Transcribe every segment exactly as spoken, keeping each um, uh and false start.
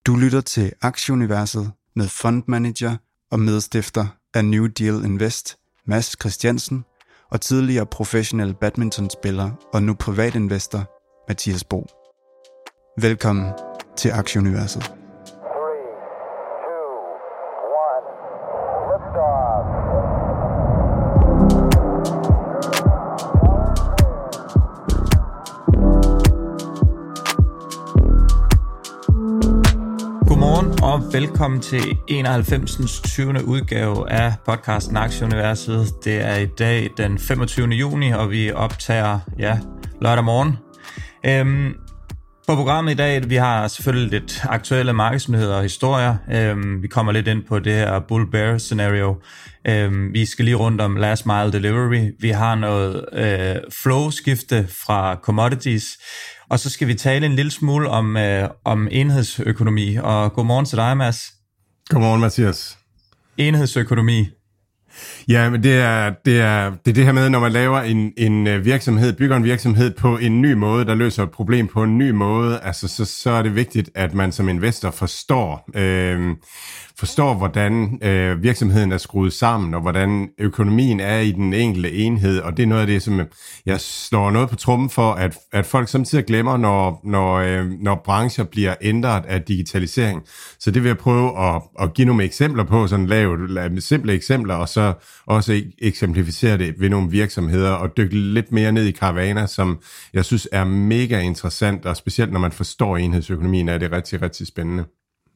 Du lytter til Aktieuniverset med fondmanager og medstifter af New Deal Invest, Mads Christiansen, og tidligere professionel badmintonspiller og nu privatinvestor, Mathias Bo. Velkommen til Aktieuniverset. Og velkommen til enoghalvfems. tyvende udgave af podcasten Aktieuniverset. Det er i dag den femogtyvende juni, og vi optager ja, lørdag morgen. Øhm, på programmet i dag, vi har selvfølgelig lidt aktuelle markedsnyheder og historier. Øhm, vi kommer lidt ind på det her bull-bear scenario. Øhm, vi skal lige rundt om last mile delivery. Vi har noget øh, flow-skifte fra commodities. Og så skal vi tale en lille smule om, øh, om enhedsøkonomi. Og godmorgen til dig, Mads. Godmorgen, Mathias. Enhedsøkonomi. Ja, men det er det, er, det, er det her med, når man laver en, en virksomhed, bygger en virksomhed på en ny måde, der løser et problem på en ny måde, altså så, så er det vigtigt, at man som investor forstår, øh, forstår hvordan øh, virksomheden er skruet sammen, og hvordan økonomien er i den enkelte enhed, og det er noget af det, som jeg slår noget på trummen for, at, at folk samtidig glemmer, når, når, øh, når brancher bliver ændret af digitalisering. Så det vil jeg prøve at, at give nogle eksempler på, sådan lave simple eksempler, og så også eksemplificere det ved nogle virksomheder, og dykke lidt mere ned i karavaner, som jeg synes er mega interessant, og specielt når man forstår enhedsøkonomien, er det rigtig, rigtig spændende.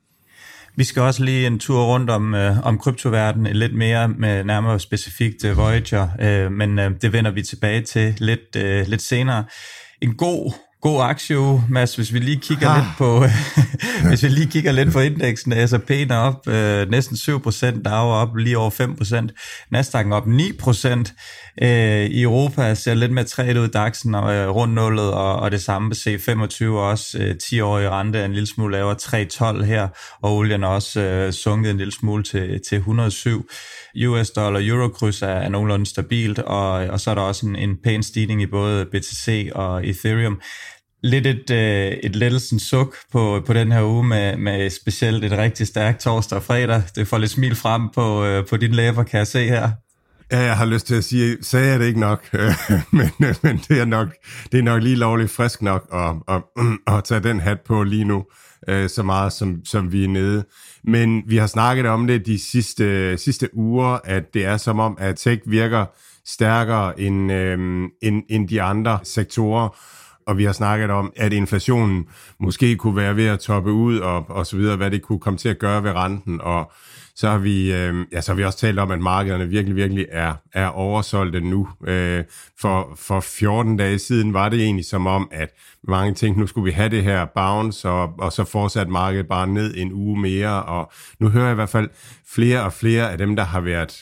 Vi skal også lige en tur rundt om, øh, om kryptoverdenen, lidt mere med nærmere specifikt øh, Voyager, øh, men øh, det vender vi tilbage til lidt, øh, lidt senere. En god God aktie, Mads, hvis vi lige kigger ah. lidt på hvis vi lige kigger lidt på indeksen, S og P'en er op øh, næsten syv procent, Dow er op lige over fem procent, Nasdaq'en op ni procent, øh, i Europa ser lidt mere træt ud, DAX'en og øh, rundt nullet, og, og det samme på C femogtyve også, øh, ti-årige rente en lille smule lavere, tre komma tolv her, og olien er også øh, sunket en lille smule til, til et hundrede og syv. U S dollar eurokryds er, er nogenlunde stabilt, og, og så er der også en, en pæn stigning i både B T C og Ethereum. Lidt et, øh, et lettelsens suk på, på den her uge med, med specielt et rigtig stærkt torsdag og fredag. Det får lidt smil frem på, øh, på din læber, kan jeg se her. Ja, jeg har lyst til at sige, sagde jeg det ikke nok, men, men det, er nok, det er nok lige lovligt frisk nok at, at, at tage den hat på lige nu, så meget som, som vi er nede. Men vi har snakket om det de sidste, sidste uger, at det er som om, at tech virker stærkere end, øh, end, end de andre sektorer. Og vi har snakket om, at inflationen måske kunne være ved at toppe ud, og, og så videre, hvad det kunne komme til at gøre ved renten. Og så har vi, øh, ja, så har vi også talt om, at markederne virkelig, virkelig er, er oversolgte nu. Øh, for, for fjorten dage siden var det egentlig som om, at mange tænkte, nu skulle vi have det her bounce, og, og så fortsatte markedet bare ned en uge mere. Og nu hører jeg i hvert fald flere og flere af dem, der har været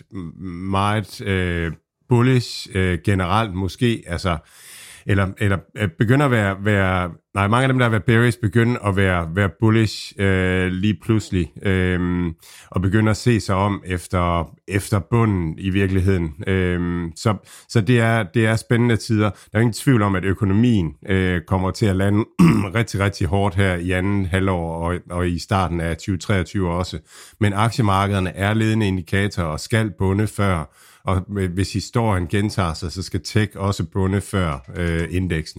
meget øh, bullish øh, generelt måske, altså Eller, eller begynder at være, være... Nej, mange af dem, der har været bearish, begynder at være, være bullish øh, lige pludselig. Øh, og begynder at se sig om efter, efter bunden i virkeligheden. Øh, så så det, er, det er spændende tider. Der er ingen tvivl om, at økonomien øh, kommer til at lande rigtig, rigtig hårdt her i anden halvår og, og i starten af tyve treogtyve også. Men aktiemarkederne er ledende indikatorer og skal bunde før. Og hvis historien gentager sig, så skal tech også bunde før øh, indeksene.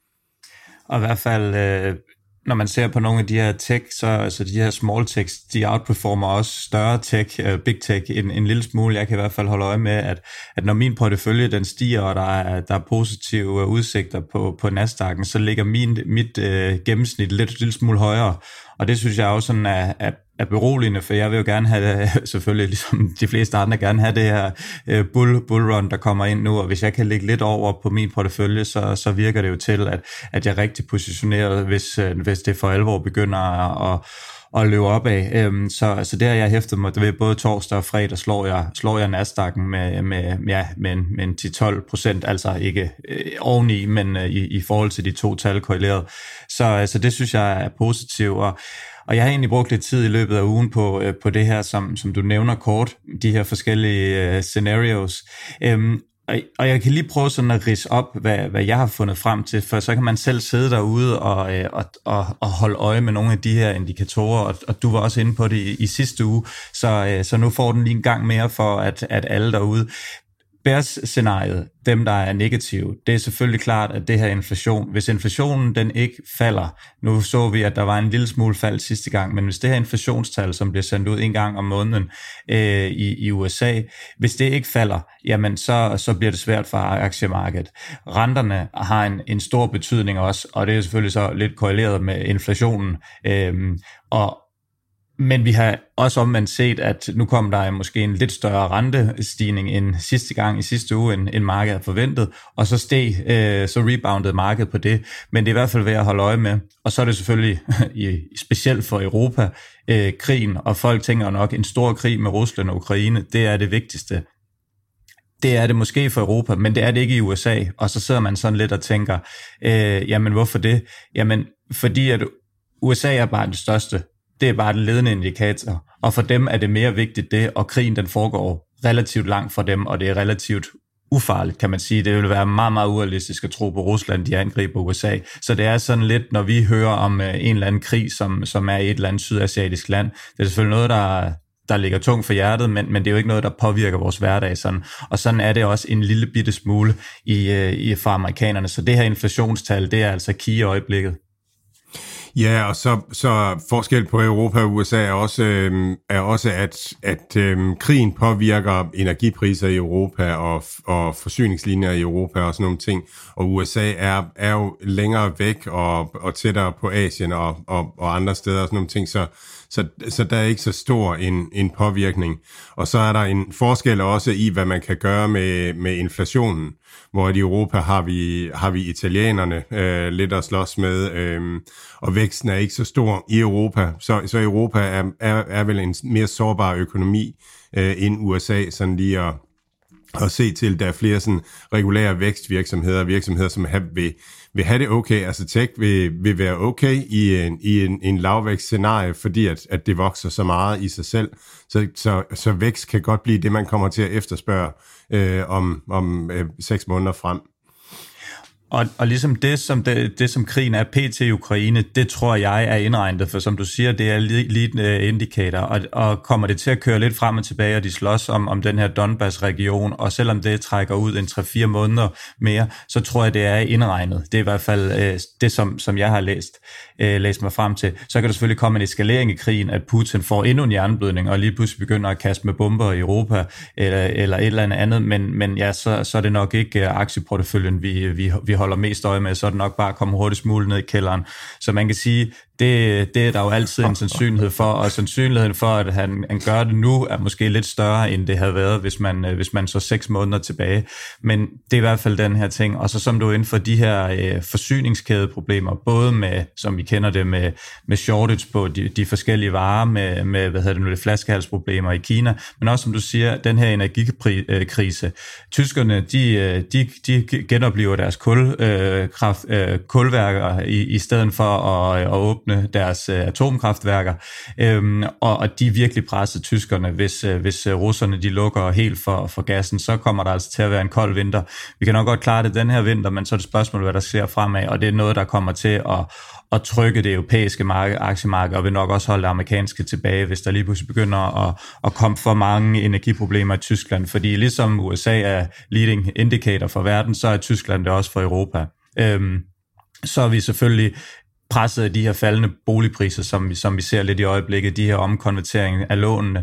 Og i hvert fald, øh, når man ser på nogle af de her tech, så altså de her small techs, de outperformer også større tech, øh, big tech, en, en lille smule. Jeg kan i hvert fald holde øje med, at, at når min portefølje den stiger, og der er, der er positive udsigter på, på Nasdaq'en, så ligger min, mit øh, gennemsnit lidt lille smule højere. Og det synes jeg også sådan er, er, er beroligende, for jeg vil jo gerne have, selvfølgelig ligesom de fleste andre, gerne have det her øh, bull, bullrun, der kommer ind nu, og hvis jeg kan lægge lidt over på min portefølje, så, så virker det jo til, at, at jeg er rigtig positioneret, hvis, øh, hvis det for alvor begynder at, at, at løbe op af. Øhm, så, så det har jeg hæftet mig ved, både torsdag og fredag slår jeg, slår jeg Nasdaq'en med, med, ja, med, en, med en ti til tolv procent, altså ikke øh, oveni, men øh, i, i forhold til de to tal korreleret. Så altså, det synes jeg er positivt, og Og jeg har egentlig brugt lidt tid i løbet af ugen på, øh, på det her, som, som du nævner kort, de her forskellige øh, scenarios. Øhm, Og, og jeg kan lige prøve sådan at ridse op, hvad, hvad jeg har fundet frem til, for så kan man selv sidde derude og, og, og, og holde øje med nogle af de her indikatorer, og, og du var også inde på det i, i sidste uge, så, så nu får den lige en gang mere for, at, at alle derude. Bears-scenariet, dem der er negative, det er selvfølgelig klart, at det her inflation, hvis inflationen den ikke falder, nu så vi, at der var en lille smule fald sidste gang, men hvis det her inflationstal, som bliver sendt ud en gang om måneden øh, i, i U S A, hvis det ikke falder, jamen så, så bliver det svært for aktiemarkedet. Renterne har en, en stor betydning også, og det er selvfølgelig så lidt korreleret med inflationen, øh, og men vi har også omvendt set, at nu kom der måske en lidt større rentestigning end sidste gang i sidste uge, end, end markedet havde forventet, og så steg, øh, så reboundede markedet på det. Men det er i hvert fald værd at holde øje med. Og så er det selvfølgelig, specielt for Europa, øh, krigen, og folk tænker nok, en stor krig med Rusland og Ukraine, det er det vigtigste. Det er det måske for Europa, men det er det ikke i U S A. Og så sidder man sådan lidt og tænker, øh, jamen hvorfor det? Jamen fordi at U S A er bare det største. Det er bare den ledende indikator, og for dem er det mere vigtigt det, og krigen den foregår relativt langt fra dem, og det er relativt ufarligt, kan man sige. Det vil være meget, meget urealistisk at tro på Rusland, de angriber U S A. Så det er sådan lidt, når vi hører om en eller anden krig, som, som er i et eller andet sydasiatisk land, det er selvfølgelig noget, der, der ligger tungt for hjertet, men, men det er jo ikke noget, der påvirker vores hverdag. Sådan. Og sådan er det også en lille bitte smule i, i, for amerikanerne. Så det her inflationstal, det er altså key i øjeblikket. Ja, og så, så forskel på Europa og U S A er også, øh, er også at, at øh, krigen påvirker energipriser i Europa og, og forsyningslinjer i Europa og sådan nogle ting. Og U S A er, er jo længere væk og, og tættere på Asien og, og, og andre steder og sådan nogle ting, så, så, så der er ikke så stor en, en påvirkning. Og så er der en forskel også i, hvad man kan gøre med, med inflationen, hvor i Europa har vi, har vi italienerne øh, lidt at slås med, øh, og væksten er ikke så stor i Europa. Så, så Europa er, er, er vel en mere sårbar økonomi øh, end U S A, sådan lige at, at se til, der er flere sådan regulære vækstvirksomheder, virksomheder, som have, vil, vil have det okay. Altså tech vil, vil være okay i en, i en, en lavvækstscenarie, fordi at, at det vokser så meget i sig selv. Så, så, så vækst kan godt blive det, man kommer til at efterspørge øh, om, om øh, seks måneder frem. Og, og ligesom det som, det, det, som krigen er pt. I Ukraine, det tror jeg er indregnet, for som du siger, det er lead indicator, og, og kommer det til at køre lidt frem og tilbage, og de slås om, om den her Donbass-region, og selvom det trækker ud en tre fire måneder mere, så tror jeg, det er indregnet. Det er i hvert fald øh, det, som, som jeg har læst, øh, læst mig frem til. Så kan der selvfølgelig komme en eskalering i krigen, at Putin får endnu en jernblødning, og lige pludselig begynder at kaste med bomber i Europa, eller, eller et eller andet andet, men, men ja, så, så er det nok ikke aktieporteføljen, vi, vi, vi holder mest øje med, så er det nok bare at komme hurtigst muligt ned i kælderen. Så man kan sige, det, det er der jo altid en sandsynlighed for, og sandsynligheden for, at han, han gør det nu, er måske lidt større, end det havde været, hvis man, hvis man så seks måneder tilbage. Men det er i hvert fald den her ting. Og så som du er inden for de her øh, forsyningskædeproblemer, både med, som vi kender det, med, med shortage på de, de forskellige varer, med, med hvad hedder det nu, det flaskehalsproblemer i Kina, men også som du siger, den her energikrise. Tyskerne, de, de, de genoplever deres kul, øh, kraft, øh, kulværker i, i stedet for at, at åbne deres øh, atomkraftværker, øhm, og, og de er virkelig presset tyskerne, hvis, øh, hvis øh, russerne de lukker helt for, for gassen, så kommer der altså til at være en kold vinter. Vi kan nok godt klare det den her vinter, men så er det spørgsmål, hvad der sker fremad, og det er noget, der kommer til at, at trykke det europæiske marked, aktiemarked, og vil nok også holde det amerikanske tilbage, hvis der lige pludselig begynder at, at komme for mange energiproblemer i Tyskland, fordi ligesom U S A er leading indicator for verden, så er Tyskland det også for Europa. Øhm, så er vi selvfølgelig presset af de her faldende boligpriser, som vi, som vi ser lidt i øjeblikket, de her omkonvertering af lånene,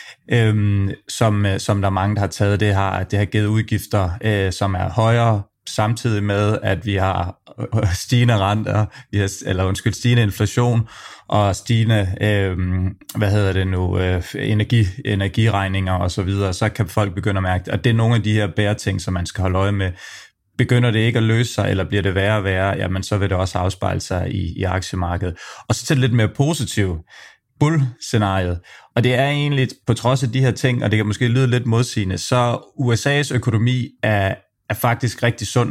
øhm, som, som der er mange, der har taget, det har, det har givet udgifter, øh, som er højere, samtidig med, at vi har stigende renter, vi har, eller undskyld, stigende inflation, og stigende, øh, hvad hedder det nu, øh, energi, energiregninger og så videre, så kan folk begynde at mærke det. Og det er nogle af de her bæreting, som man skal holde øje med. Begynder det ikke at løse sig, eller bliver det værre og værre, jamen så vil det også afspejle sig i, i aktiemarkedet. Og så til det lidt mere positivt, bull-scenariet. Og det er egentlig, på trods af de her ting, og det kan måske lyde lidt modsigende, så U S A's økonomi er, er faktisk rigtig sund.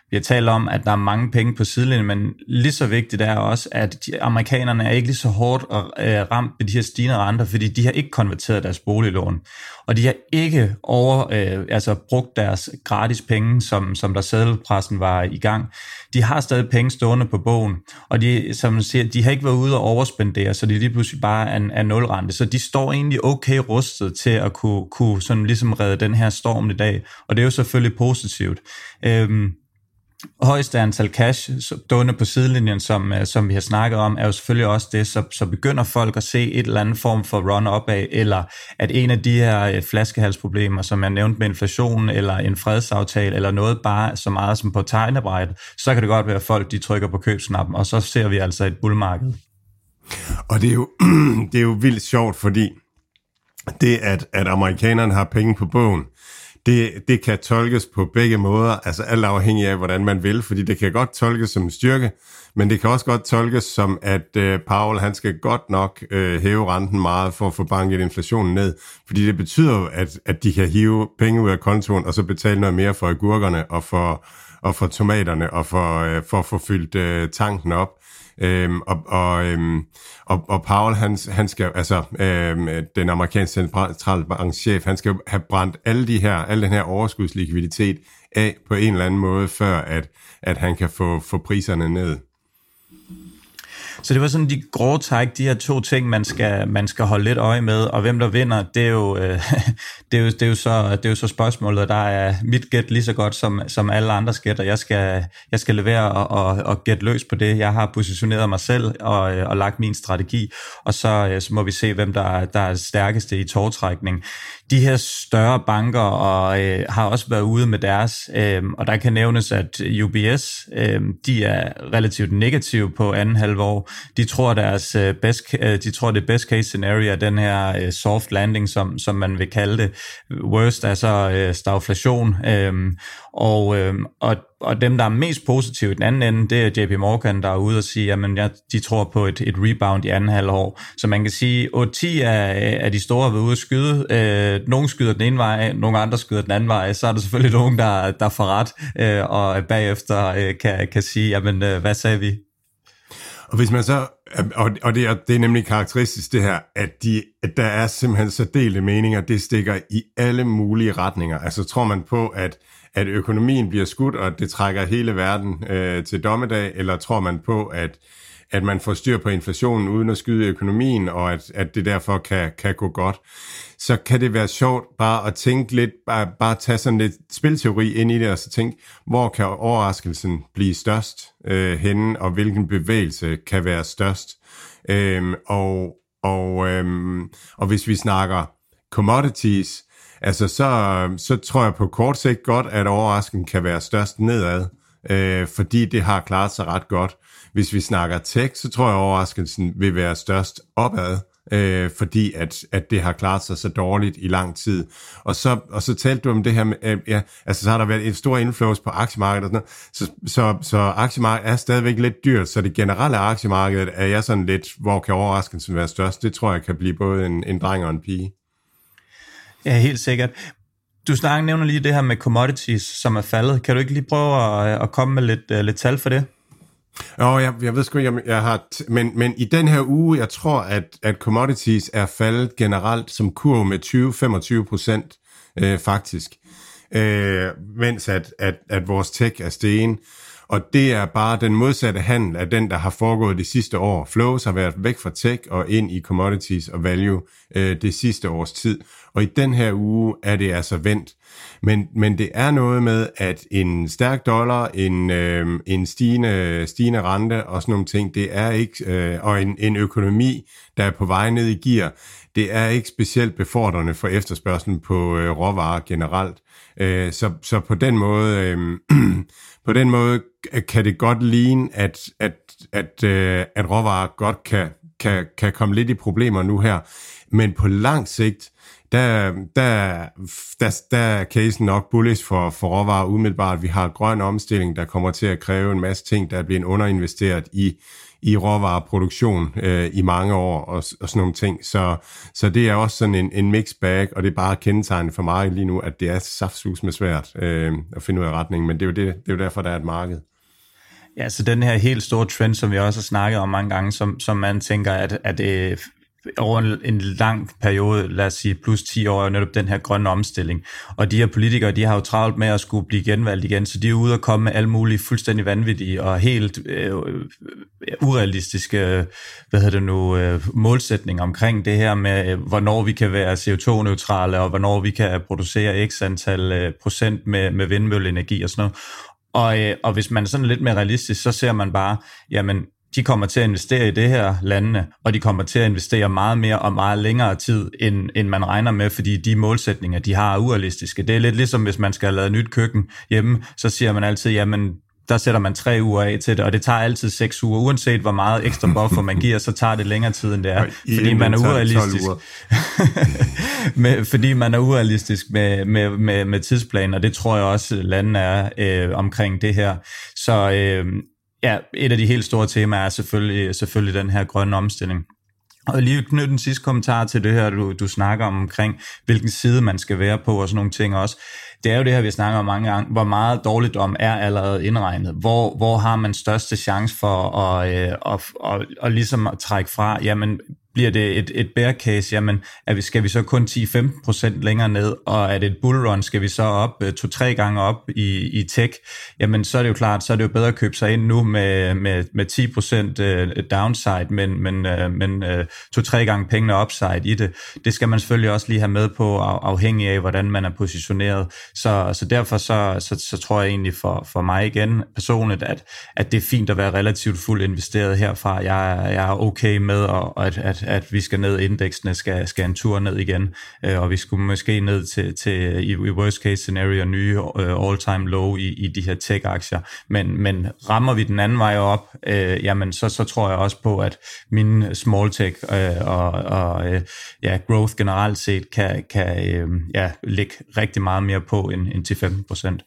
Vi har talt om, at der er mange penge på sidelinjen, men lige så vigtigt er også, at de amerikanerne er ikke lige så hårdt øh, ramt ved de her stigende renter, fordi de har ikke konverteret deres boliglån. Og de har ikke over, øh, altså brugt deres gratis penge, som, som der seddelpressen var i gang. De har stadig penge stående på bogen, og de, som man siger, de har ikke været ude og overspendere, så de lige pludselig bare er, er nulrente. Så de står egentlig okay rustet til at kunne, kunne sådan ligesom redde den her storm i dag, og det er jo selvfølgelig positivt. Øhm, Højeste antal cash stående på sidelinjen, som, som vi har snakket om, er jo selvfølgelig også det, så, så begynder folk at se et eller andet form for run opad, eller at en af de her flaskehalsproblemer, som jeg nævnte med inflation, eller en fredsaftale, eller noget bare så meget som på tegnebrættet, så kan det godt være, at folk de trykker på købsnappen, og så ser vi altså et bullmarked. Og det er jo, det er jo vildt sjovt, fordi det, at, at amerikanerne har penge på bogen, Det, det kan tolkes på begge måder, altså alt afhængig af, hvordan man vil, fordi det kan godt tolkes som en styrke, men det kan også godt tolkes som, at øh, Powell, han skal godt nok øh, hæve renten meget for at få banket inflationen ned, fordi det betyder jo, at, at de kan hive penge ud af kontoen, og så betale noget mere for agurkerne, og for, og for tomaterne, og for, øh, for at få fyldt øh, tanken op. Øhm, og, og, øhm, og, og Powell, han, han skal, altså øhm, den amerikanske centralbankchef, han skal have brændt alle de her, alle den her overskudslikviditet af på en eller anden måde, før at, at han kan få, få priserne ned. Så det var sådan de grove træk, de her to ting, man skal, man skal holde lidt øje med, og hvem der vinder, det er jo, øh, det er jo, det er jo, så, det er jo så spørgsmålet, der er mit gæt lige så godt som, som alle andres gæt, og jeg skal, jeg skal levere og, og, og gætte løs på det. Jeg har positioneret mig selv og, og lagt min strategi, og så, så må vi se, hvem der, der er stærkeste i tårtrækning. De her større banker og, øh, har også været ude med deres, øh, og der kan nævnes, at U B S, øh, de er relativt negative på anden halvår. De tror, deres best, de tror det best case scenario er den her soft landing, som, som man vil kalde det. Worst er så stagflation. Og, og, og dem, der er mest positive i den anden ende, det er J P Morgan, der er ude og sige, at ja, de tror på et, et rebound i anden halvår. Så man kan sige, otte ti af, af de store har været ude at skyde. Nogle skyder den ene vej, nogle andre skyder den anden vej. Så er der selvfølgelig nogen, der, der får ret, og bagefter kan, kan sige, jamen hvad sagde vi? Og hvis man så, og, og det, er, det er nemlig karakteristisk det her, at, de, at der er simpelthen så delte meninger, det stikker i alle mulige retninger. Altså tror man på, at, at økonomien bliver skudt, og at det trækker hele verden øh, til dommedag, eller tror man på, at, at man får styr på inflationen uden at skyde økonomien, og at, at det derfor kan, kan gå godt, så kan det være sjovt bare at tænke lidt, bare, bare tage sådan lidt spilteori ind i det, og så tænke, hvor kan overraskelsen blive størst øh, henne, og hvilken bevægelse kan være størst. Øhm, og, og, øhm, og hvis vi snakker commodities, altså så, så tror jeg på kort sigt godt, at overraskelsen kan være størst nedad, øh, fordi det har klaret sig ret godt. Hvis vi snakker tech, så tror jeg, at overraskelsen vil være størst opad, øh, fordi at, at det har klaret sig så dårligt i lang tid. Og så, og så talte du om det her med, øh, ja, altså så har der været en stor influx på aktiemarkedet og sådan noget, så, så, så aktiemarkedet er stadigvæk lidt dyrt, så det generelle aktiemarked er jeg sådan lidt, hvor kan overraskelsen være størst? Det tror jeg kan blive både en, en dreng og en pige. Ja, helt sikkert. Du snakker, nævner lige det her med commodities, som er faldet. Kan du ikke lige prøve at, at komme med lidt, uh, lidt tal for det? Jo, jeg, jeg ved sgu ikke, jeg har... T- men, men i den her uge, jeg tror, at, at commodities er faldet generelt som kurve med tyve til femogtyve procent øh, faktisk. Øh, mens at, at, at vores tech er stegen. Og det er bare den modsatte handel af den, der har foregået de sidste år. Flows har været væk fra tech og ind i commodities og value øh, det sidste års tid. Og i den her uge er det altså vendt. Men, men det er noget med, at en stærk dollar, en, øh, en stigende, stigende rente og sådan nogle ting, det er ikke, øh, og en, en økonomi, der er på vej ned i gear, det er ikke specielt befordrende for efterspørgselen på øh, råvarer generelt. Øh, så, så på den måde, øh, på den måde kan det godt ligne, at, at, at, øh, at råvarer godt kan, kan, kan komme lidt i problemer nu her. Men på lang sigt, der, der, der, der er casen nok bullish for, for råvarer umiddelbart. Vi har grøn omstilling, der kommer til at kræve en masse ting, der bliver underinvesteret i, i råvareproduktion øh, i mange år og, og sådan nogle ting. Så, så det er også sådan en, en mixed bag, og det er bare kendetegnet for markedet lige nu, at det er saftsus med svært øh, at finde ud af retningen, men det er, jo det, det er jo derfor, der er et marked. Ja, så den her helt store trend, som vi også har snakket om mange gange, som, som man tænker, at, at øh, over en, en lang periode, lad os sige plus ti år, er netop den her grønne omstilling. Og de her politikere, de har jo travlt med at skulle blive genvalgt igen, så de er ude og komme med alle mulige fuldstændig vanvittige og helt øh, urealistiske hvad hedder det nu, øh, målsætninger omkring det her med, øh, hvornår vi kan være C O to neutrale, og hvornår vi kan producere x antal øh, procent med, med vindmølleenergi og sådan noget. Og, øh, og hvis man er sådan lidt mere realistisk, så ser man bare, jamen, de kommer til at investere i det her landene, og de kommer til at investere meget mere og meget længere tid, end, end man regner med, fordi de målsætninger, de har, er urealistiske. Det er lidt ligesom, hvis man skal have lavet nyt køkken hjemme, så siger man altid, jamen, der sætter man tre uger af til det, og det tager altid seks uger. Uanset hvor meget ekstra buffer man giver, så tager det længere tid, end det er. Fordi man er urealistisk. med, fordi man er urealistisk med, med, med, med tidsplanen, og det tror jeg også, landene er øh, omkring det her. Så øh, ja, et af de helt store temaer er selvfølgelig, selvfølgelig den her grønne omstilling. Og lige knytte den sidste kommentar til det her, du, du snakker om omkring, hvilken side man skal være på og sådan nogle ting også. Det er jo det her, vi snakker om mange gange, hvor meget dårligdom er allerede indregnet. Hvor, hvor har man største chance for at, øh, at, at, at ligesom at trække fra? Jamen, bliver det et, et bear case, jamen er vi, skal vi så kun ti til femten procent længere ned, og er det et bullrun, skal vi så op to-tre gange op i, i tech, jamen så er det jo klart, så er det jo bedre at købe sig ind nu med, med, med ti procent downside, men, men, men to-tre gange pengene upside i det. Det skal man selvfølgelig også lige have med på, afhængig af, hvordan man er positioneret. Så, så derfor så, så, så tror jeg egentlig for, for mig igen personligt, at, at det er fint at være relativt fuldt investeret herfra. Jeg, jeg er okay med, at, at, at at vi skal ned, indeksene skal, skal en tur ned igen, øh, og vi skulle måske ned til, til i, i worst case scenario nye uh, all-time low i, i de her tech-aktier, men, men rammer vi den anden vej op, øh, jamen så, så tror jeg også på, at mine small tech øh, og, og øh, ja, growth generelt set kan, kan øh, ja, ligge rigtig meget mere på end, end til femten procent.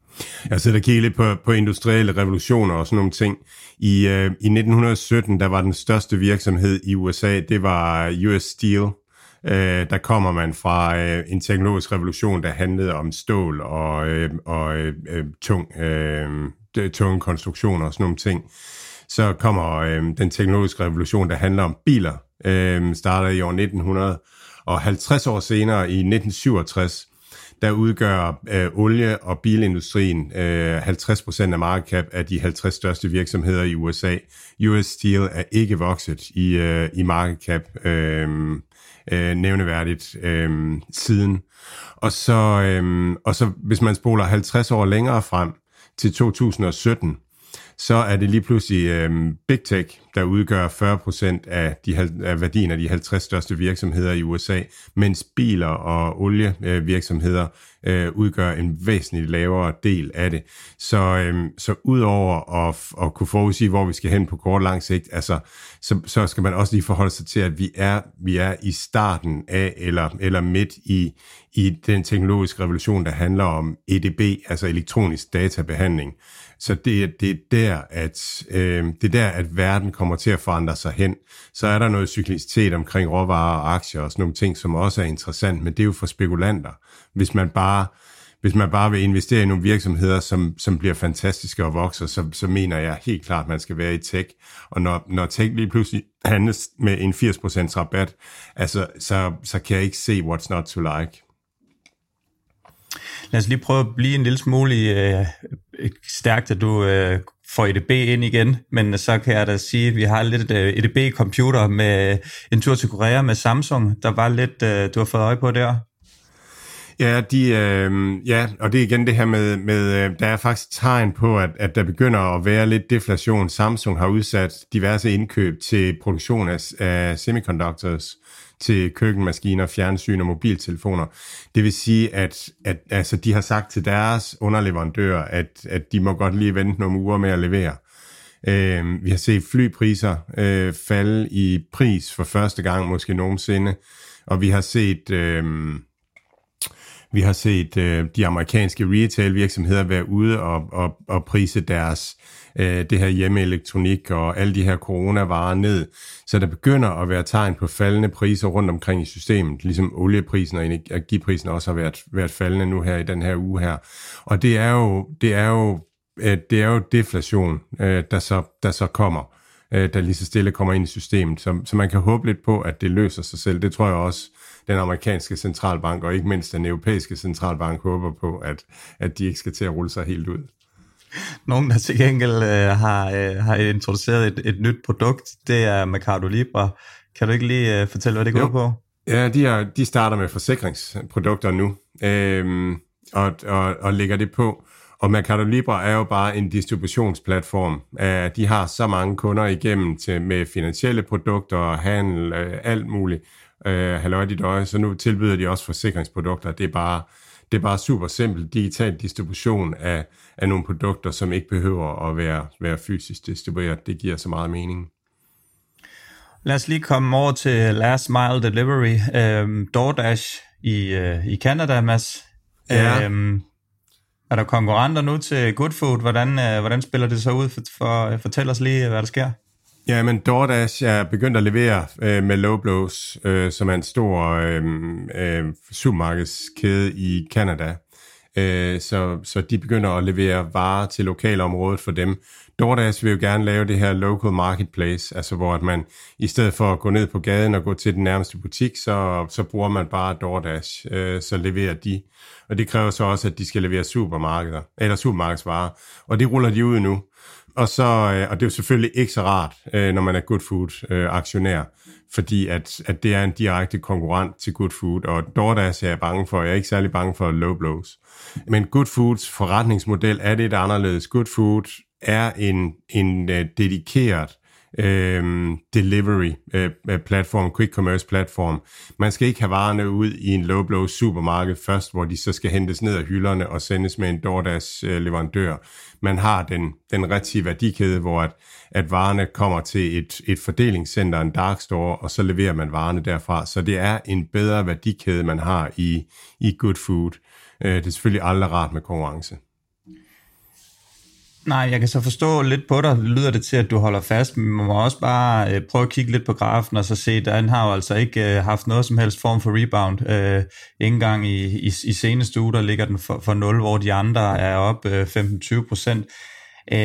Jeg sidder og kigger lidt på, på industrielle revolutioner og sådan nogle ting. I, øh, i nitten sytten, der var den største virksomhed i U S A, det var U S Steel. Øh, der kommer man fra øh, en teknologisk revolution, der handlede om stål og, øh, og øh, tung, øh, tunge konstruktioner og sådan nogle ting. Så kommer øh, den teknologiske revolution, der handler om biler, øh, starter i år nitten hundrede, og halvtreds år senere i nitten syvogtres, der udgør øh, olie- og bilindustrien øh, halvtreds procent af market cap af de halvtreds største virksomheder i U S A. U S Steel er ikke vokset i, øh, i market cap øh, øh, nævneværdigt øh, siden. Og så, øh, og så hvis man spoler halvtreds år længere frem til to tusind og sytten, så er det lige pludselig øh, Big Tech, der udgør fyrre procent af, de, af værdien af de halvtreds største virksomheder i U S A, mens biler og olievirksomheder øh, udgør en væsentligt lavere del af det. Så, øh, så udover at, at kunne forudsige, hvor vi skal hen på kort og lang sigt, altså, så, så skal man også lige forholde sig til, at vi er, vi er i starten af, eller, eller midt i, i den teknologiske revolution, der handler om E D B, altså elektronisk databehandling. Så det, det er der, at øh, det er der, at verden kommer til at forandre sig hen. Så er der noget cyklicitet omkring råvarer og aktier og sådan nogle ting, som også er interessant, men det er jo for spekulanter. Hvis man bare, hvis man bare vil investere i nogle virksomheder, som, som bliver fantastiske og vokser, så, så mener jeg helt klart, at man skal være i tech. Og når, når tech lige pludselig handles med en firs procent rabat, altså, så, så kan jeg ikke se what's not to like. Lad os lige prøve at blive en lille smule øh, stærkt, at du øh, får E D B ind igen, men så kan jeg da sige, at vi har lidt øh, E D B-computer med en tur til Korea med Samsung. Der var lidt, øh, du har fået øje på der. Ja, de, øh, ja, og det er igen det her med, med øh, der er faktisk tegn på, at, at der begynder at være lidt deflation. Samsung har udsat diverse indkøb til produktion af, af semiconductors, til køkkenmaskiner, fjernsyn og mobiltelefoner. Det vil sige, at, at altså, de har sagt til deres underleverandører, at, at de må godt lige vente nogle uger med at levere. Øh, vi har set flypriser øh, falde i pris for første gang måske nogensinde, og vi har set... Øh, Vi har set øh, de amerikanske retail-virksomheder være ude og, og, og prise deres øh, det her hjemmeelektronik og alle de her coronavarer ned. Så der begynder at være tegn på faldende priser rundt omkring i systemet, ligesom olieprisen og energiprisen også har været, været faldende nu her i den her uge her. Og det er jo, det er jo, øh, det er jo deflation, øh, der, så, der så kommer, øh, der lige så stille kommer ind i systemet. Så, så man kan håbe lidt på, at det løser sig selv. Det tror jeg også, den amerikanske centralbank og ikke mindst den europæiske centralbank håber på, at, at de ikke skal til at rulle sig helt ud. Nogen, der til gengæld øh, har, øh, har introduceret et, et nyt produkt, det er Mercado Libre. Kan du ikke lige øh, fortælle, hvad det går jo. på? Ja, de, er, de starter med forsikringsprodukter nu, øh, og, og, og lægger det på. Og Mercado Libre er jo bare en distributionsplatform. Uh, de har så mange kunder igennem til, med finansielle produkter, handel, uh, alt muligt. Uh, halløj dit øje, så nu tilbyder de også forsikringsprodukter. Det er bare, det er bare super simpelt digital distribution af, af nogle produkter, som ikke behøver at være, være fysisk distribueret. Det giver så meget mening. Lad os lige komme over til last mile delivery. Uh, DoorDash i, uh, i Canada, Mads. Ja. Uh, Er der konkurrenter nu til Goodfood? Hvordan, øh, hvordan spiller det så ud? For, for, fortæl os lige, hvad der sker. Ja, men DoorDash er begyndt at levere øh, med Loblaws, øh, som er en stor øh, øh, supermarkedskæde i Canada. Øh, så, så de begynder at levere varer til lokalområdet for dem. DoorDash vil jo gerne lave det her local marketplace, altså hvor at man i stedet for at gå ned på gaden og gå til den nærmeste butik, så, så bruger man bare DoorDash, øh, så leverer de. Og det kræver så også, at de skal levere supermarkeder, eller supermarkedsvarer, og det ruller de ud nu. Og, så, øh, og det er jo selvfølgelig ikke så rart, øh, når man er Goodfood-aktionær, øh, fordi at, at det er en direkte konkurrent til Goodfood, og DoorDash er jeg bange for, jeg er ikke særlig bange for Loblaws. Men Goodfoods forretningsmodel er lidt anderledes. Goodfood er en, en uh, dedikeret uh, delivery uh, platform, quick commerce platform. Man skal ikke have varerne ud i en Loblaws supermarked først, hvor de så skal hentes ned af hylderne og sendes med en DoorDash uh, leverandør. Man har den, den rigtige værdikæde, hvor at, at varerne kommer til et, et fordelingscenter, en dark store, og så leverer man varerne derfra. Så det er en bedre værdikæde, man har i, i Goodfood. Uh, det er selvfølgelig aldrig rart med konkurrence. Nej, jeg kan så forstå lidt på dig, lyder det til, at du holder fast, men man må også bare øh, prøve at kigge lidt på grafen og så se, at den har jo altså ikke øh, haft noget som helst form for rebound. Øh, ikke engang i, i, i seneste uge, der ligger den for, for nul, hvor de andre er op øh, femten til tyve procent. Øh,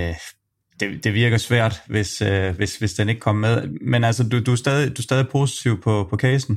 det, det virker svært, hvis, øh, hvis, hvis den ikke kommer med. Men altså, du, du, er, stadig, du er stadig positiv på, på casen?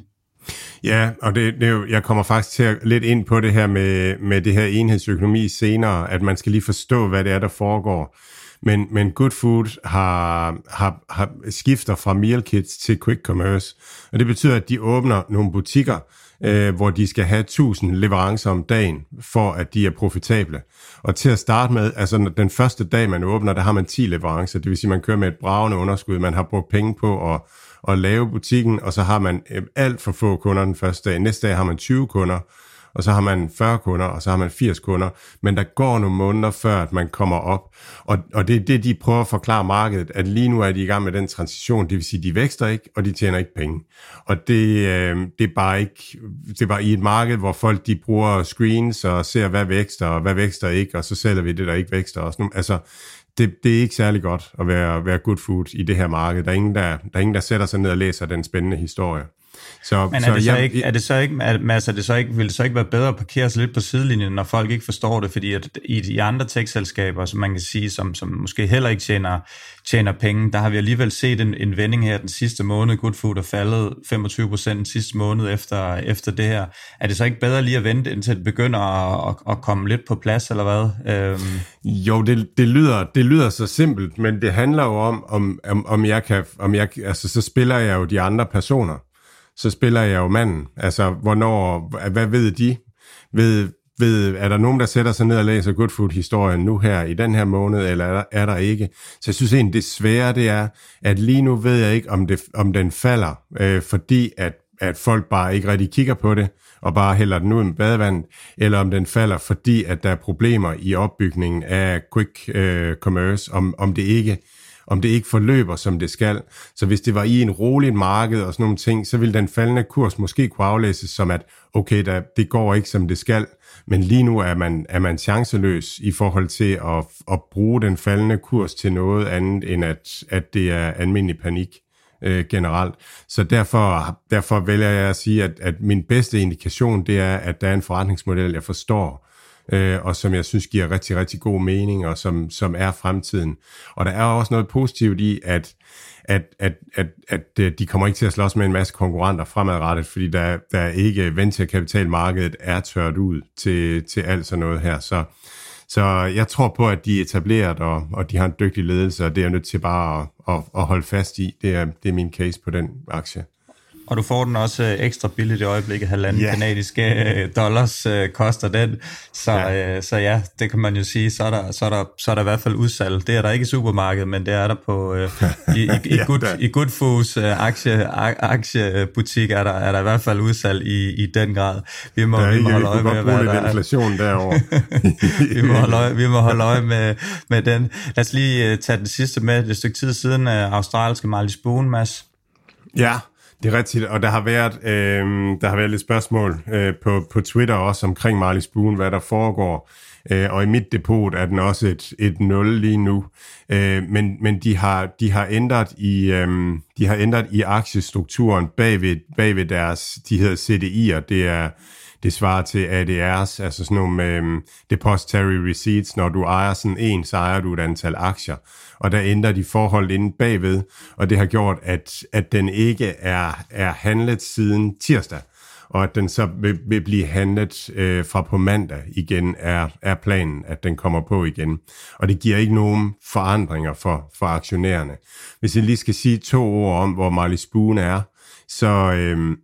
Ja, og det, det er jo, jeg kommer faktisk til at lidt ind på det her med, med det her enhedsøkonomi senere, at man skal lige forstå, hvad det er, der foregår. Men, men Goodfood har, har, har skifter fra meal kits til quick commerce, og det betyder, at de åbner nogle butikker, øh, hvor de skal have tusind leverancer om dagen, for at de er profitable. Og til at starte med, altså den første dag, man åbner, der har man ti leverancer, det vil sige, man kører med et bragende underskud, man har brugt penge på at og lave butikken, og så har man alt for få kunder den første dag. Næste dag har man tyve kunder, og så har man fyrre kunder, og så har man firs kunder. Men der går nogle måneder før, at man kommer op. Og, og det er det, de prøver at forklare markedet, at lige nu er de i gang med den transition. Det vil sige, de vækster ikke, og de tjener ikke penge. Og det, øh, det er bare ikke, det er bare i et marked, hvor folk de bruger screens og ser, hvad vækster, og hvad vækster ikke, og så sælger vi det, der ikke vækster. Og sådan, altså, Det, det er ikke særlig godt at være, være Goodfood i det her marked. Der er, ingen, der, der er ingen, der sætter sig ned og læser den spændende historie. Så, Men er, så, det, så jeg, ikke, er det så ikke, er, Mads, er det så ikke, vil det så ikke være bedre at parkere sig lidt på sidelinjen, når folk ikke forstår det? Fordi at i de andre tech-selskaber, som man kan sige, som, som måske heller ikke tjener, tjener penge, der har vi alligevel set en, en vending her den sidste måned. Goodfood er faldet femogtyve procent den sidste måned efter, efter det her. Er det så ikke bedre lige at vente, indtil det begynder at, at, at komme lidt på plads, eller hvad? Øhm. Jo, det, det, lyder, det lyder så simpelt, men det handler jo om, om, om, om jeg kan, om jeg, altså så spiller jeg jo de andre personer. Så spiller jeg jo manden. Altså, hvornår, hvad ved de? Ved, ved, er der nogen, der sætter sig ned og læser Goodfood-historien nu her i den her måned, eller er der, er der ikke? Så jeg synes egentlig, det svære det er, at lige nu ved jeg ikke, om, det, om den falder, øh, fordi at, at folk bare ikke rigtig kigger på det, og bare hælder den ud med badevandet, eller om den falder, fordi at der er problemer i opbygningen af quick øh, commerce, om, om det ikke om det ikke forløber, som det skal. Så hvis det var i en roligt marked og sådan nogle ting, så ville den faldende kurs måske kunne aflæses som, at okay, der, det går ikke, som det skal, men lige nu er man, er man chanceløs i forhold til at, at bruge den faldende kurs til noget andet, end at, at det er almindelig panik øh, generelt. Så derfor, derfor vælger jeg at sige, at, at min bedste indikation, det er, at der er en forretningsmodel, jeg forstår, øh, og som jeg synes giver rigtig, rigtig god mening, og som, som er fremtiden. Og der er også noget positivt i, at At, at, at, at de kommer ikke til at slås med en masse konkurrenter fremadrettet, fordi der, der ikke venturekapitalmarkedet er tørt ud til, til alt sådan noget her. Så, så jeg tror på, at de er etableret, og, og de har en dygtig ledelse, og det er jeg nødt til bare at, at, at holde fast i. Det er, det er min case på den aktie. Og du får den også ekstra billigt i øjeblikket, halvanden yeah. kanadiske dollars øh, koster den. Så ja. Øh, så ja, det kan man jo sige, så er, der, så, er der, så er der i hvert fald udsalg. Det er der ikke i supermarkedet, men det er der på øh, i, i, i, ja, good, i Good Foods øh, aktie, aktiebutik er der, er der i hvert fald udsalg i, i den grad. Vi må, vi må holde øje med, hvad der er. Inflation derovre. vi, må holde øje, vi må holde øje med, med den. Lad os lige uh, tage den sidste med. Et stykke tid siden, uh, australske Marley Spoon, Mads. Ja. Det er rigtigt, og der har været, øh, der har været lidt spørgsmål øh, på, på Twitter også omkring Marley Spoon, hvad der foregår. Øh, og i mit depot er den også et, et nul lige nu. Øh, men men de, har, de, har ændret i, øh, de har ændret i aktiestrukturen bagved, bagved deres, de hedder C D I'er, det er... Det svarer til A D R's, altså sådan nogle øh, depository receipts. Når du ejer sådan en, så ejer du et antal aktier. Og der ændrer de forhold inde bagved, og det har gjort, at, at den ikke er, er handlet siden tirsdag. Og at den så vil, vil blive handlet øh, fra på mandag igen, er, er planen, at den kommer på igen. Og det giver ikke nogen forandringer for, for aktionærerne. Hvis jeg lige skal sige to ord om, hvor Marley Spoon er, så... Øh,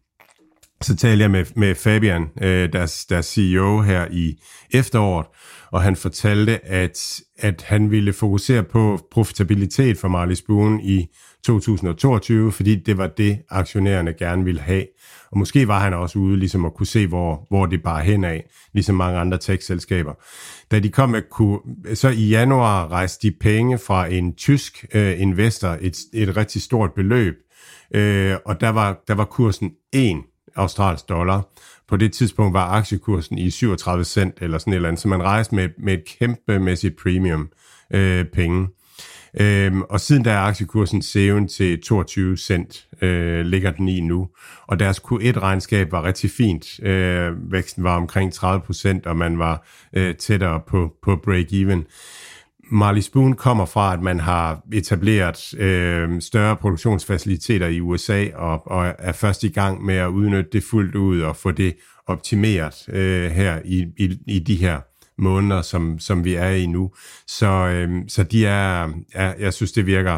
Så talte jeg med, med Fabian, øh, deres, deres C E O her i efteråret, og han fortalte, at, at han ville fokusere på profitabilitet for Marley Spoon i to tusind toogtyve, fordi det var det, aktionærerne gerne ville have. Og måske var han også ude ligesom at kunne se, hvor, hvor det bare hen af, ligesom mange andre tech-selskaber. Da de kom med, kunne, så i januar rejste de penge fra en tysk øh, investor, et, et rigtig stort beløb, øh, og der var, der var kursen en australsk dollar. På det tidspunkt var aktiekursen i syvogtredive cent eller sådan et eller andet, så man rejste med, med et kæmpemæssigt premium øh, penge. Øhm, og siden der er aktiekursen seven til toogtyve cent, øh, ligger den i nu. Og deres Q et regnskab var rigtig fint. Øh, væksten var omkring tredive procent, og man var øh, tættere på, på break-even. Marley Spoon kommer fra, at man har etableret øh, større produktionsfaciliteter i U S A, og, og er først i gang med at udnytte det fuldt ud og få det optimeret øh, her i, i, i de her måneder, som, som vi er i nu. Så, øh, så de er, er, jeg synes, det virker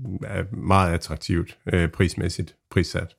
meget attraktivt øh, prismæssigt prissat.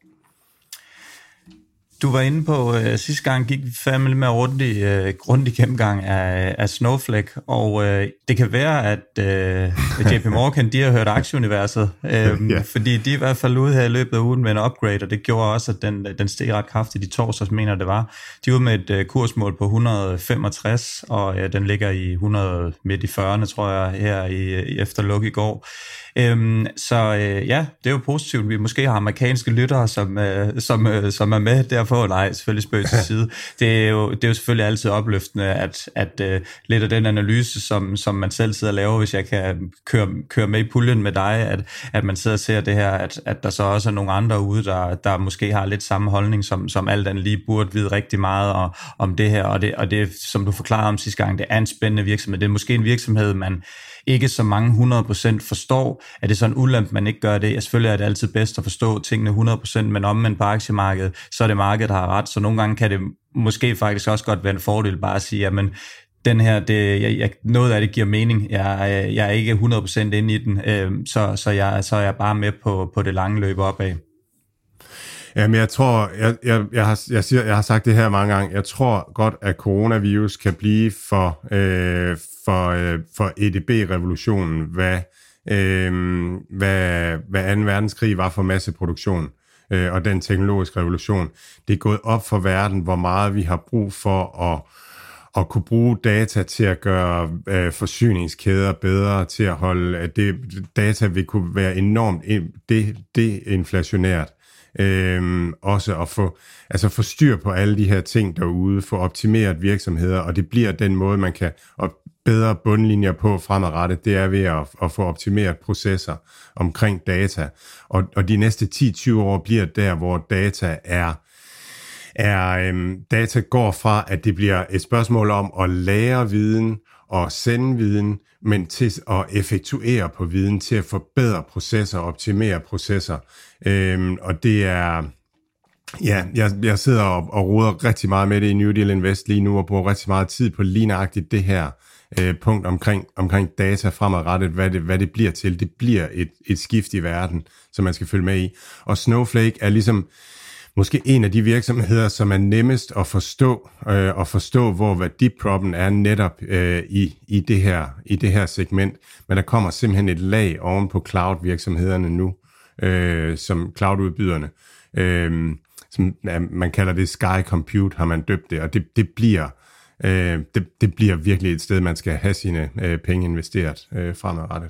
Du var inde på, øh, sidste gang gik vi fandme med rundt øh, grundig gennemgang af, af Snowflake, og øh, det kan være, at øh, J P Morgan, de har hørt aktieuniverset, øh, yeah. fordi de er i hvert fald ude her i løbet af ugen med en upgrade, og det gjorde også, at den, den steg ret kraftigt i torsdags, mener det var. De er ude med et øh, kursmål på et hundrede og femogtres, og øh, den ligger i hundrede midt i fyrrerne, tror jeg, her i, i efter luk i går. Øhm, så øh, ja, det er jo positivt. Vi måske har amerikanske lyttere, som, øh, som, øh, som er med derfor. Nej, selvfølgelig spøg til side. Det er, jo, det er jo selvfølgelig altid opløftende, at, at øh, lidt af den analyse, som, som man selv sidder og laver, hvis jeg kan køre, køre med i puljen med dig, at, at man sidder og ser det her, at, at der så også er nogle andre ude, der, der måske har lidt samme holdning, som, som alt andet lige burde vide rigtig meget om, om det her. Og det, og det, som du forklarede om sidste gang, det er en spændende virksomhed. Det er måske en virksomhed, man ikke så mange hundrede procent forstår. Er det sådan ulempe, man ikke gør det? Ja, selvfølgelig er det altid bedst at forstå tingene hundrede procent, men omvendt på aktiemarkedet, så er det markedet, der har ret. Så nogle gange kan det måske faktisk også godt være en fordel bare at sige, jamen, den her, det, jeg, jeg, noget af det giver mening. Jeg, jeg er ikke hundrede procent inde i den, øh, så, så, jeg, så er jeg bare med på, på det lange løb opad. Jamen, jeg tror, jeg, jeg, jeg, har, jeg, siger, jeg har sagt det her mange gange, jeg tror godt, at coronavirus kan blive for, øh, for, øh, for E D B-revolutionen, hvad, øh, hvad, hvad anden verdenskrig var for masseproduktion, øh, og den teknologiske revolution. Det er gået op for verden, hvor meget vi har brug for at at kunne bruge data til at gøre øh, forsyningskæder bedre, til at holde, at det data vil kunne være enormt det, det inflationært. Øhm, også at få, altså få styr på alle de her ting derude, få optimeret virksomheder, og det bliver den måde, man kan op, bedre bundlinjer på fremadrettet, det er ved at, at få optimeret processer omkring data. Og, og de næste ti til tyve år bliver der, hvor data er er øhm, data går fra, at det bliver et spørgsmål om at lære viden og sende viden, men til at effektuere på viden, til at forbedre processer, optimere processer. Øhm, og det er, ja, jeg, jeg sidder og, og roder rigtig meget med det i New Deal Invest lige nu, og bruger rigtig meget tid på lige nøjagtigt det her øh, punkt omkring, omkring data fremadrettet, hvad det, hvad det bliver til. Det bliver et, et skift i verden, som man skal følge med i. Og Snowflake er ligesom måske en af de virksomheder, som er nemmest at forstå, øh, og forstå, hvor værdiproppen er netop øh, i, i, det her, i det her segment. Men der kommer simpelthen et lag oven på cloud-virksomhederne nu, øh, som cloud-udbyderne. Øh, som, ja, man kalder det Sky Compute, har man døbt det, og det, det, bliver, øh, det, det bliver virkelig et sted, man skal have sine øh, penge investeret øh, fremadrettet.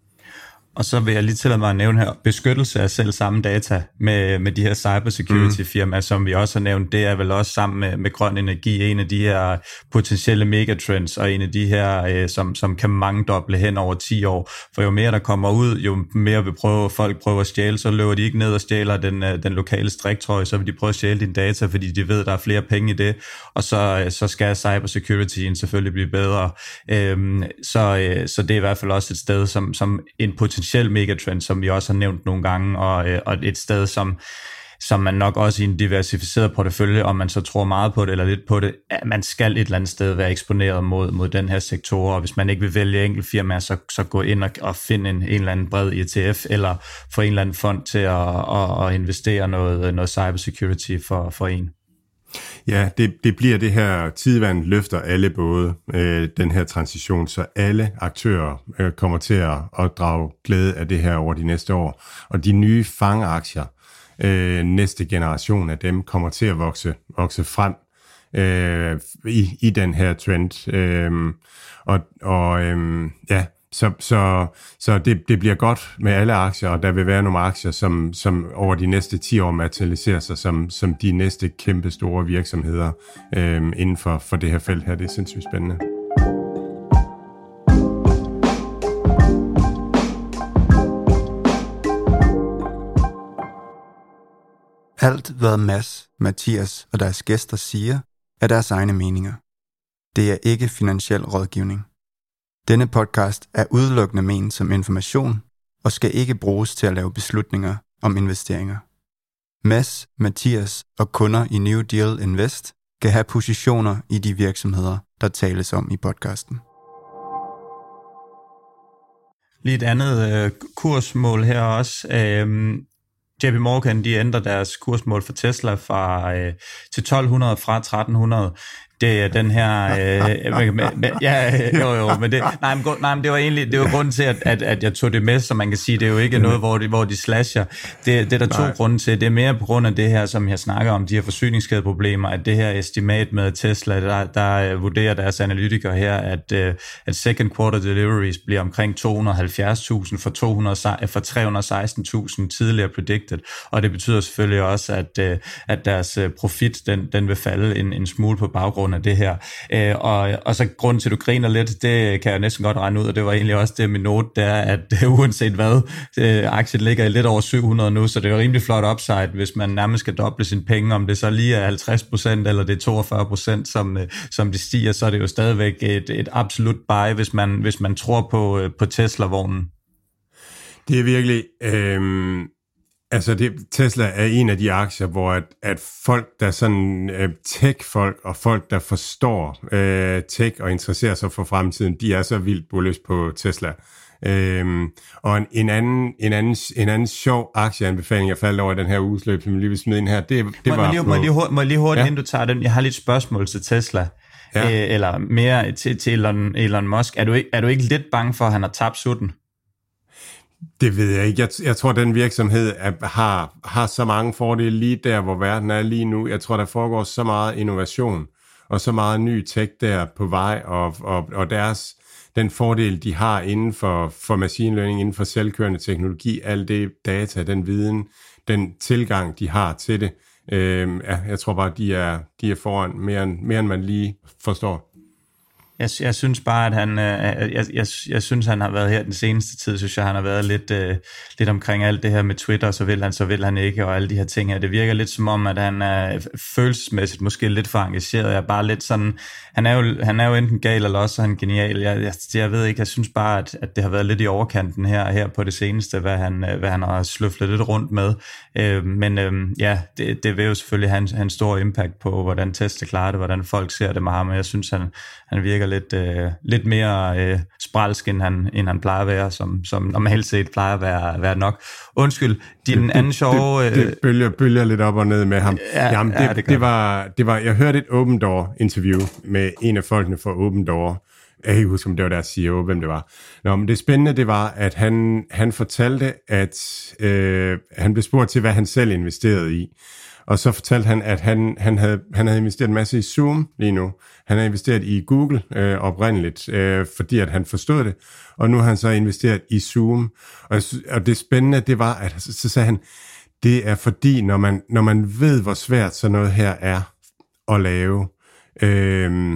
Og så vil jeg lige tillade mig at nævne her, beskyttelse af selv samme data med, med de her cybersecurity firmaer, mm. som vi også har nævnt, det er vel også sammen med, med grøn energi en af de her potentielle megatrends, og en af de her, øh, som, som kan mangedoble hen over ti år. For jo mere der kommer ud, jo mere vil prøve, folk prøver at stjæle, så løber de ikke ned og stjæler den, den lokale striktrøje, så vil de prøve at stjæle dine data, fordi de ved, der er flere penge i det, og så, så skal cybersecurity selvfølgelig blive bedre. Øhm, så, så det er i hvert fald også et sted, som, som en potentiel megatrend, som vi også har nævnt nogle gange, og, og et sted, som, som man nok også i en diversificeret portefølje, om man så tror meget på det eller lidt på det, at man skal et eller andet sted være eksponeret mod, mod den her sektor, og hvis man ikke vil vælge enkeltfirmaer, så, så gå ind og, og finde en, en eller anden bred E T F, eller få en eller anden fond til at, at, at investere noget, noget cybersecurity for, for en. Ja, det, det bliver det her, tidvand løfter alle både, øh, den her transition, så alle aktører øh, kommer til at, at drage glæde af det her over de næste år. Og de nye fangeaktier, øh, næste generation af dem, kommer til at vokse, vokse frem øh, i, i den her trend. Øh, og og øh, ja, Så, så, så det, det bliver godt med alle aktier, og der vil være nogle aktier, som, som over de næste ti år materialiserer sig som, som de næste kæmpe store virksomheder øh, inden for, for det her felt her. Det er sindssygt spændende. Alt, hvad Mads, Mathias og deres gæster siger, er deres egne meninger. Det er ikke finansiel rådgivning. Denne podcast er udelukkende ment som information og skal ikke bruges til at lave beslutninger om investeringer. Mads, Mathias og kunder i New Deal Invest kan have positioner i de virksomheder, der tales om i podcasten. Lige et andet øh, kursmål her også. Øh, J P Morgan, de ændrer deres kursmål for Tesla fra øh, til tolv hundrede fra tretten hundrede. Det er den her, øh, med, med, ja, jo jo, men det, nej, men, nej, men det var egentlig, det var grunden til, at, at, at jeg tog det med, så man kan sige, det er jo ikke noget, hvor de, hvor de slasher. Det, det er der to grunde til. Det er mere på grund af det her, som jeg snakker om, de her forsyningskædeproblemer, at det her estimat med Tesla, der, der vurderer deres analytikere her, at, at second quarter deliveries bliver omkring to hundrede og halvfjerds tusind for, to hundrede, for tre hundrede og seksten tusind tidligere predicted, og det betyder selvfølgelig også, at, at deres profit, den, den vil falde en, en smule på baggrund af det her. Øh, og, og så grunden til, at du griner lidt, det kan jeg næsten godt regne ud, og det var egentlig også det, min note, det er, at uanset hvad, øh, aktien ligger i lidt over syv hundrede nu, så det er jo rimelig flot upside, hvis man nærmest skal doble sine penge, om det så lige er halvtreds procent eller det er toogfyrre procent, som, som de stiger, så er det jo stadigvæk et, et absolut buy, hvis man, hvis man tror på, på Tesla-vognen. Det er virkelig... Øh... Altså det, Tesla er en af de aktier, hvor at, at folk, der sådan uh, tech-folk og folk, der forstår uh, tech og interesserer sig for fremtiden, de er så vildt bullish på Tesla. Um, og en, en, anden, en, anden, en anden sjov aktieanbefaling, jeg faldt over i den her ugesløb, som jeg lige vil smide ind her, det, det må, var... Må lige, må lige, hurtigt, må lige hurtigt, ja? Inden du tager den, jeg har lidt spørgsmål til Tesla, ja. øh, eller mere til, til Elon, Elon Musk. Er du, ikke, er du ikke lidt bange for, at han har tabt sutten? Det ved jeg ikke. Jeg, jeg tror, den virksomhed er, har, har så mange fordele lige der, hvor verden er lige nu. Jeg tror, der foregår så meget innovation, og så meget ny tech der på vej, og, og, og deres, den fordel, de har inden for, for machine learning, inden for selvkørende teknologi, al det data, den viden, den tilgang, de har til det, øh, ja, jeg tror bare, de er, de er foran mere end, mere end man lige forstår. Jeg, jeg synes bare, at han, øh, jeg, jeg, jeg synes, han har været her den seneste tid, synes jeg, han har været lidt, øh, lidt omkring alt det her med Twitter, så vil han, så vil han ikke, og alle de her ting her. Det virker lidt som om, at han er følelsesmæssigt måske lidt for engageret. Jeg er bare lidt sådan, han er jo, han er jo enten gal, eller også er han genial. Jeg, jeg, jeg ved ikke, jeg synes bare, at, at det har været lidt i overkanten her, her på det seneste, hvad han, hvad han har sløflet lidt rundt med. Øh, men øh, ja, det, det vil jo selvfølgelig have en, have en stor impact på, hvordan Tesla klarer det, hvordan folk ser det med ham, og jeg synes, han, han virker lidt, øh, lidt mere øh, spralsk, end han, end han plejer at være, som, som normalt set plejer at være, være nok. Undskyld, din det, anden sjove... Det, det, det bølger, bølger lidt op og ned med ham. Ja, Jamen, det, ja, det, det, var, det var... Jeg hørte et Open Door-interview med en af folkene fra Open Door. Jeg kan ikke huske, om det var deres C E O, hvem det var. Nå, men det spændende, det var, at han, han fortalte, at øh, han blev spurgt til, hvad han selv investerede i. Og så fortalte han, at han, han, havde, han havde investeret en masse i Zoom lige nu. Han havde investeret i Google øh, oprindeligt, øh, fordi at han forstod det. Og nu har han så investeret i Zoom. Og, og det spændende, det var, at så, så sagde han, det er fordi, når man, når man ved, hvor svært sådan noget her er at lave, øh,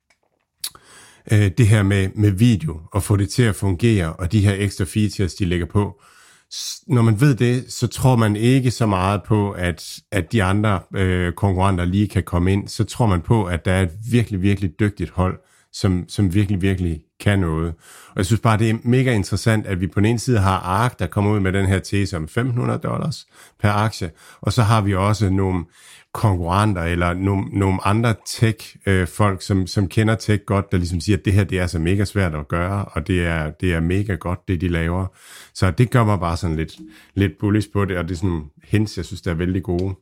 øh, det her med, med video, og få det til at fungere, og de her ekstra features, de lægger på, når man ved det, så tror man ikke så meget på, at, at de andre øh, konkurrenter lige kan komme ind. Så tror man på, at der er et virkelig, virkelig dygtigt hold, som, som virkelig, virkelig kan noget. Og jeg synes bare, det er mega interessant, at vi på den ene side har ARK, der kommer ud med den her tese om femten hundrede dollars per aktie, og så har vi også nogle konkurrenter eller nogle, nogle andre tech-folk, som, som kender tech godt, der ligesom siger, at det her det er så mega svært at gøre, og det er, det er mega godt, det de laver. Så det gør mig bare sådan lidt, lidt bullish på det, og det er sådan nogle hints, jeg synes, der er vældig gode.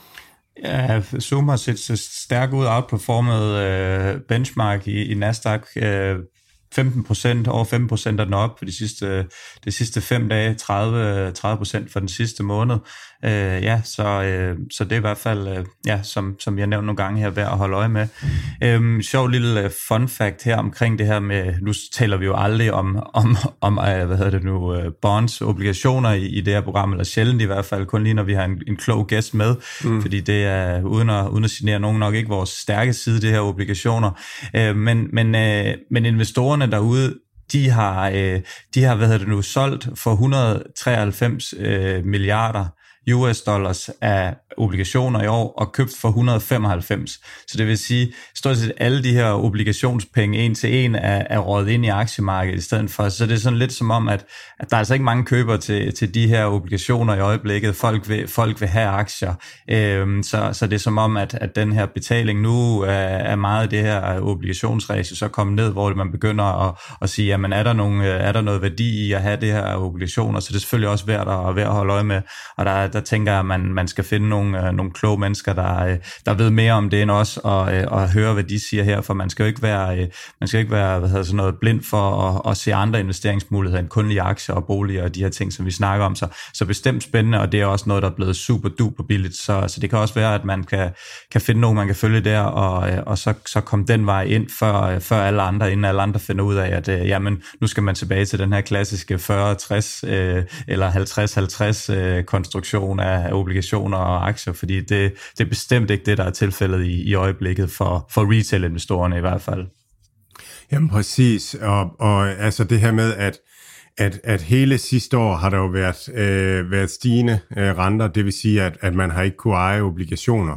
Ja, Zoom har set stærkt ud, outperformet øh, benchmark i, i Nasdaq, øh, femten procent, over femten procent er den op for de sidste, de sidste fem dage, tredive procent for den sidste måned. Øh, ja, så, øh, så det er i hvert fald, øh, ja, som, som jeg nævnte nogle gange her, værd at holde øje med. Øh, sjov lille fun fact her omkring det her med, nu taler vi jo aldrig om, om, om øh, hvad hedder det nu, øh, bonds, obligationer i, i det her program, eller sjældent i hvert fald, kun lige når vi har en, en klog gæst med, mm. fordi det er, uden at, uden at genere nogen, nok ikke vores stærke side, det her obligationer. Øh, men, men, øh, men investorerne derude, de har, øh, de har hvad hedder det nu, solgt for et hundrede og treoghalvfems øh, milliarder U S dollars af obligationer i år, og købt for et hundrede og femoghalvfems. Så det vil sige, stort set alle de her obligationspenge en til en er, er røget ind i aktiemarkedet i stedet for. Så det er sådan lidt som om, at, at der er altså ikke mange købere til, til de her obligationer i øjeblikket. Folk vil, folk vil have aktier. Øhm, så, så det er som om, at, at den her betaling nu er, er meget af det her obligationsræs så kommet ned, hvor man begynder at, at sige, jamen er der, nogle, er der noget værdi i at have det her obligationer? Så det er selvfølgelig også værd at, værd at holde øje med. Og der, der tænker jeg, at man, man skal finde nogle Nogle, nogle kloge mennesker, der, der ved mere om det end os, og, og høre, hvad de siger her, for man skal jo ikke være, man skal ikke være hvad hedder, sådan noget blind for at, at se andre investeringsmuligheder end kun lige aktier og boliger og de her ting, som vi snakker om. Så, så bestemt spændende, og det er også noget, der er blevet super duper billigt, så, så det kan også være, at man kan, kan finde nogen, man kan følge der, og, og så, så komme den vej ind, før, før alle andre, inden alle andre finder ud af, at jamen, nu skal man tilbage til den her klassiske fyrre tres øh, eller halvtreds halvtreds øh, konstruktion af obligationer og aktier, fordi det, det er bestemt ikke det, der er tilfældet i, i øjeblikket for, for retail-investorerne i hvert fald. Jamen præcis, og, og altså det her med, at, at, at hele sidste år har der jo været, øh, været stigende øh, renter, det vil sige, at, at man har ikke kunne eje obligationer,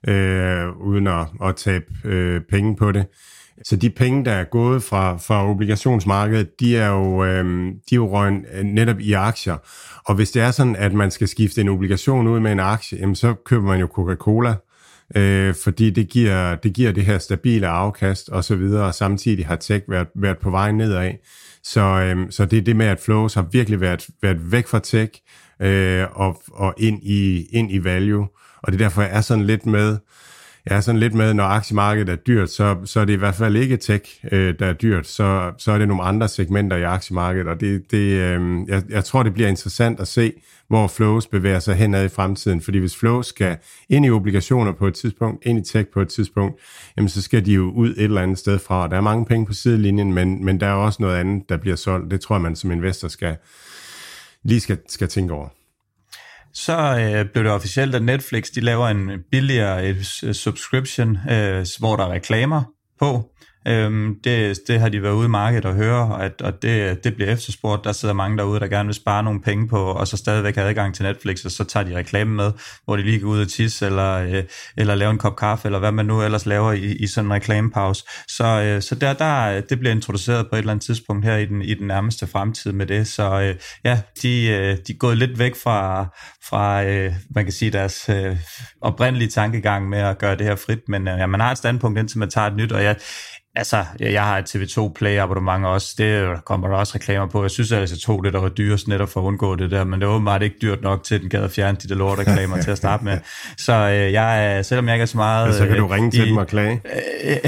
øh, uden at, at tabe øh, penge på det. Så de penge, der er gået fra, fra obligationsmarkedet, de er jo, øh, de er jo røget netop i aktier. Og hvis det er sådan, at man skal skifte en obligation ud med en aktie, jamen så køber man jo Coca-Cola, øh, fordi det giver, det giver det her stabile afkast og så videre, og samtidig har tech været, været på vej nedad. Så, øh, så det er det med, at flows har virkelig været, været væk fra tech øh, og, og ind, i, ind i value. Og det er derfor, jeg er sådan lidt med, Jeg er sådan lidt med, når aktiemarkedet er dyrt, så, så er det i hvert fald ikke tech, øh, der er dyrt, så, så er det nogle andre segmenter i aktiemarkedet, og det, det, øh, jeg, jeg tror, det bliver interessant at se, hvor flows bevæger sig henad i fremtiden, fordi hvis flows skal ind i obligationer på et tidspunkt, ind i tech på et tidspunkt, jamen så skal de jo ud et eller andet sted fra, og der er mange penge på sidelinjen, men, men der er også noget andet, der bliver solgt. Det tror jeg, man som investor skal, lige skal, skal tænke over. Så øh, blev det officielt, at Netflix de laver en billigere øh, subscription, øh, hvor der er reklamer på. Øhm, det, det har de været ude i markedet og høre, og, at, og det, det bliver efterspurgt. Der sidder mange derude, der gerne vil spare nogle penge på, og så stadigvæk have adgang til Netflix, og så tager de reklame med, hvor de lige går ud og tisse, eller, øh, eller laver en kop kaffe, eller hvad man nu ellers laver i, i sådan en reklamepause. Så, øh, så der, der, det bliver introduceret på et eller andet tidspunkt her i den, i den nærmeste fremtid med det. Så øh, ja, de, øh, de er gået lidt væk fra, fra øh, man kan sige, deres øh, oprindelige tankegang med at gøre det her frit, men øh, ja, man har et standpunkt, indtil man tager et nyt, og jeg Altså, jeg har et T V to Play abonnement også, det kommer der også reklamer på. Jeg synes, at jeg tog det, der var dyrest netop for at undgå det der, men det var åbenbart ikke dyrt nok til, at den gad at fjerne de der lortreklamer til at starte med. Så øh, jeg, selvom jeg ikke er så meget... Ja, så kan du ringe øh, til dem og klage. Øh, øh,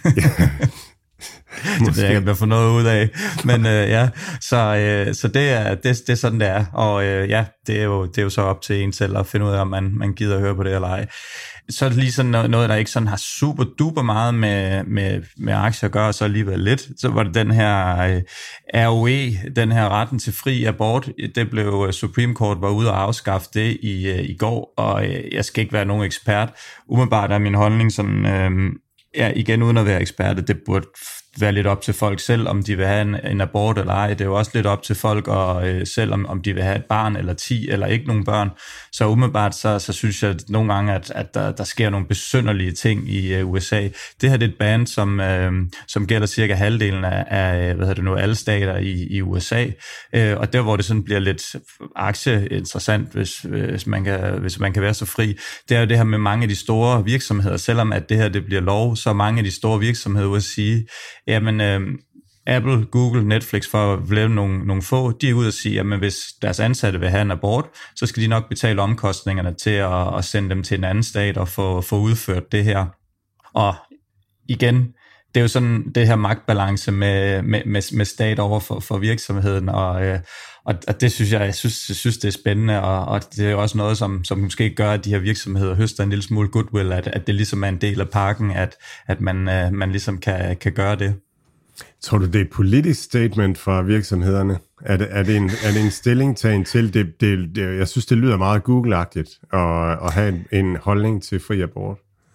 det ved jeg ikke, om jeg får noget ud af, men øh, ja, så, øh, så det, er, det, det er sådan, det er, og øh, ja, det er, jo, det er jo så op til en selv at finde ud af, om man, man gider at høre på det eller ej. Så er det lige sådan noget, der ikke sådan har super duper meget med, med, med aktier at gøre, så alligevel lidt. Så var det den her øh, R O E, den her retten til fri abort, det blev Supreme Court var ude og afskaffe det i, øh, i går, og øh, jeg skal ikke være nogen ekspert. Umiddelbart er min holdning sådan, øh, ja, igen uden at være ekspert, det burde være lidt op til folk selv, om de vil have en, en abort eller ej. Det er jo også lidt op til folk og øh, selv, om, om de vil have et barn eller ti eller ikke nogen børn. Så umiddelbart, så, så synes jeg at nogle gange, at, at der, der sker nogle besynderlige ting i øh, U S A. Det her det er et band, som, øh, som gælder cirka halvdelen af, af hvad hedder det nu, alle stater i, i U S A. Øh, og der, hvor det sådan bliver lidt aktieinteressant, hvis, hvis, man kan, hvis man kan være så fri, det er jo det her med mange af de store virksomheder. Selvom at det her det bliver lov, så mange af de store virksomheder vil sige, jamen øh, Apple, Google, Netflix, for at lave nogle, nogle få, de er ude og sige, at hvis deres ansatte vil have en abort, så skal de nok betale omkostningerne til at, at sende dem til en anden stat og få, få udført det her. Og igen, det er jo sådan det her magtbalance med, med, med, med stat over for, for virksomheden, og, øh, og, og det synes jeg, jeg synes, jeg synes, det er spændende, og, og det er jo også noget, som, som måske gør, at de her virksomheder høster en lille smule goodwill, at, at det ligesom er en del af pakken, at, at man, øh, man ligesom kan, kan gøre det. Tror du, det er et politisk statement fra virksomhederne? Er det, er det, en, er det en stillingtagen til? Det, det, det, jeg synes, det lyder meget Google-agtigt at, at have en, en holdning til fri abort.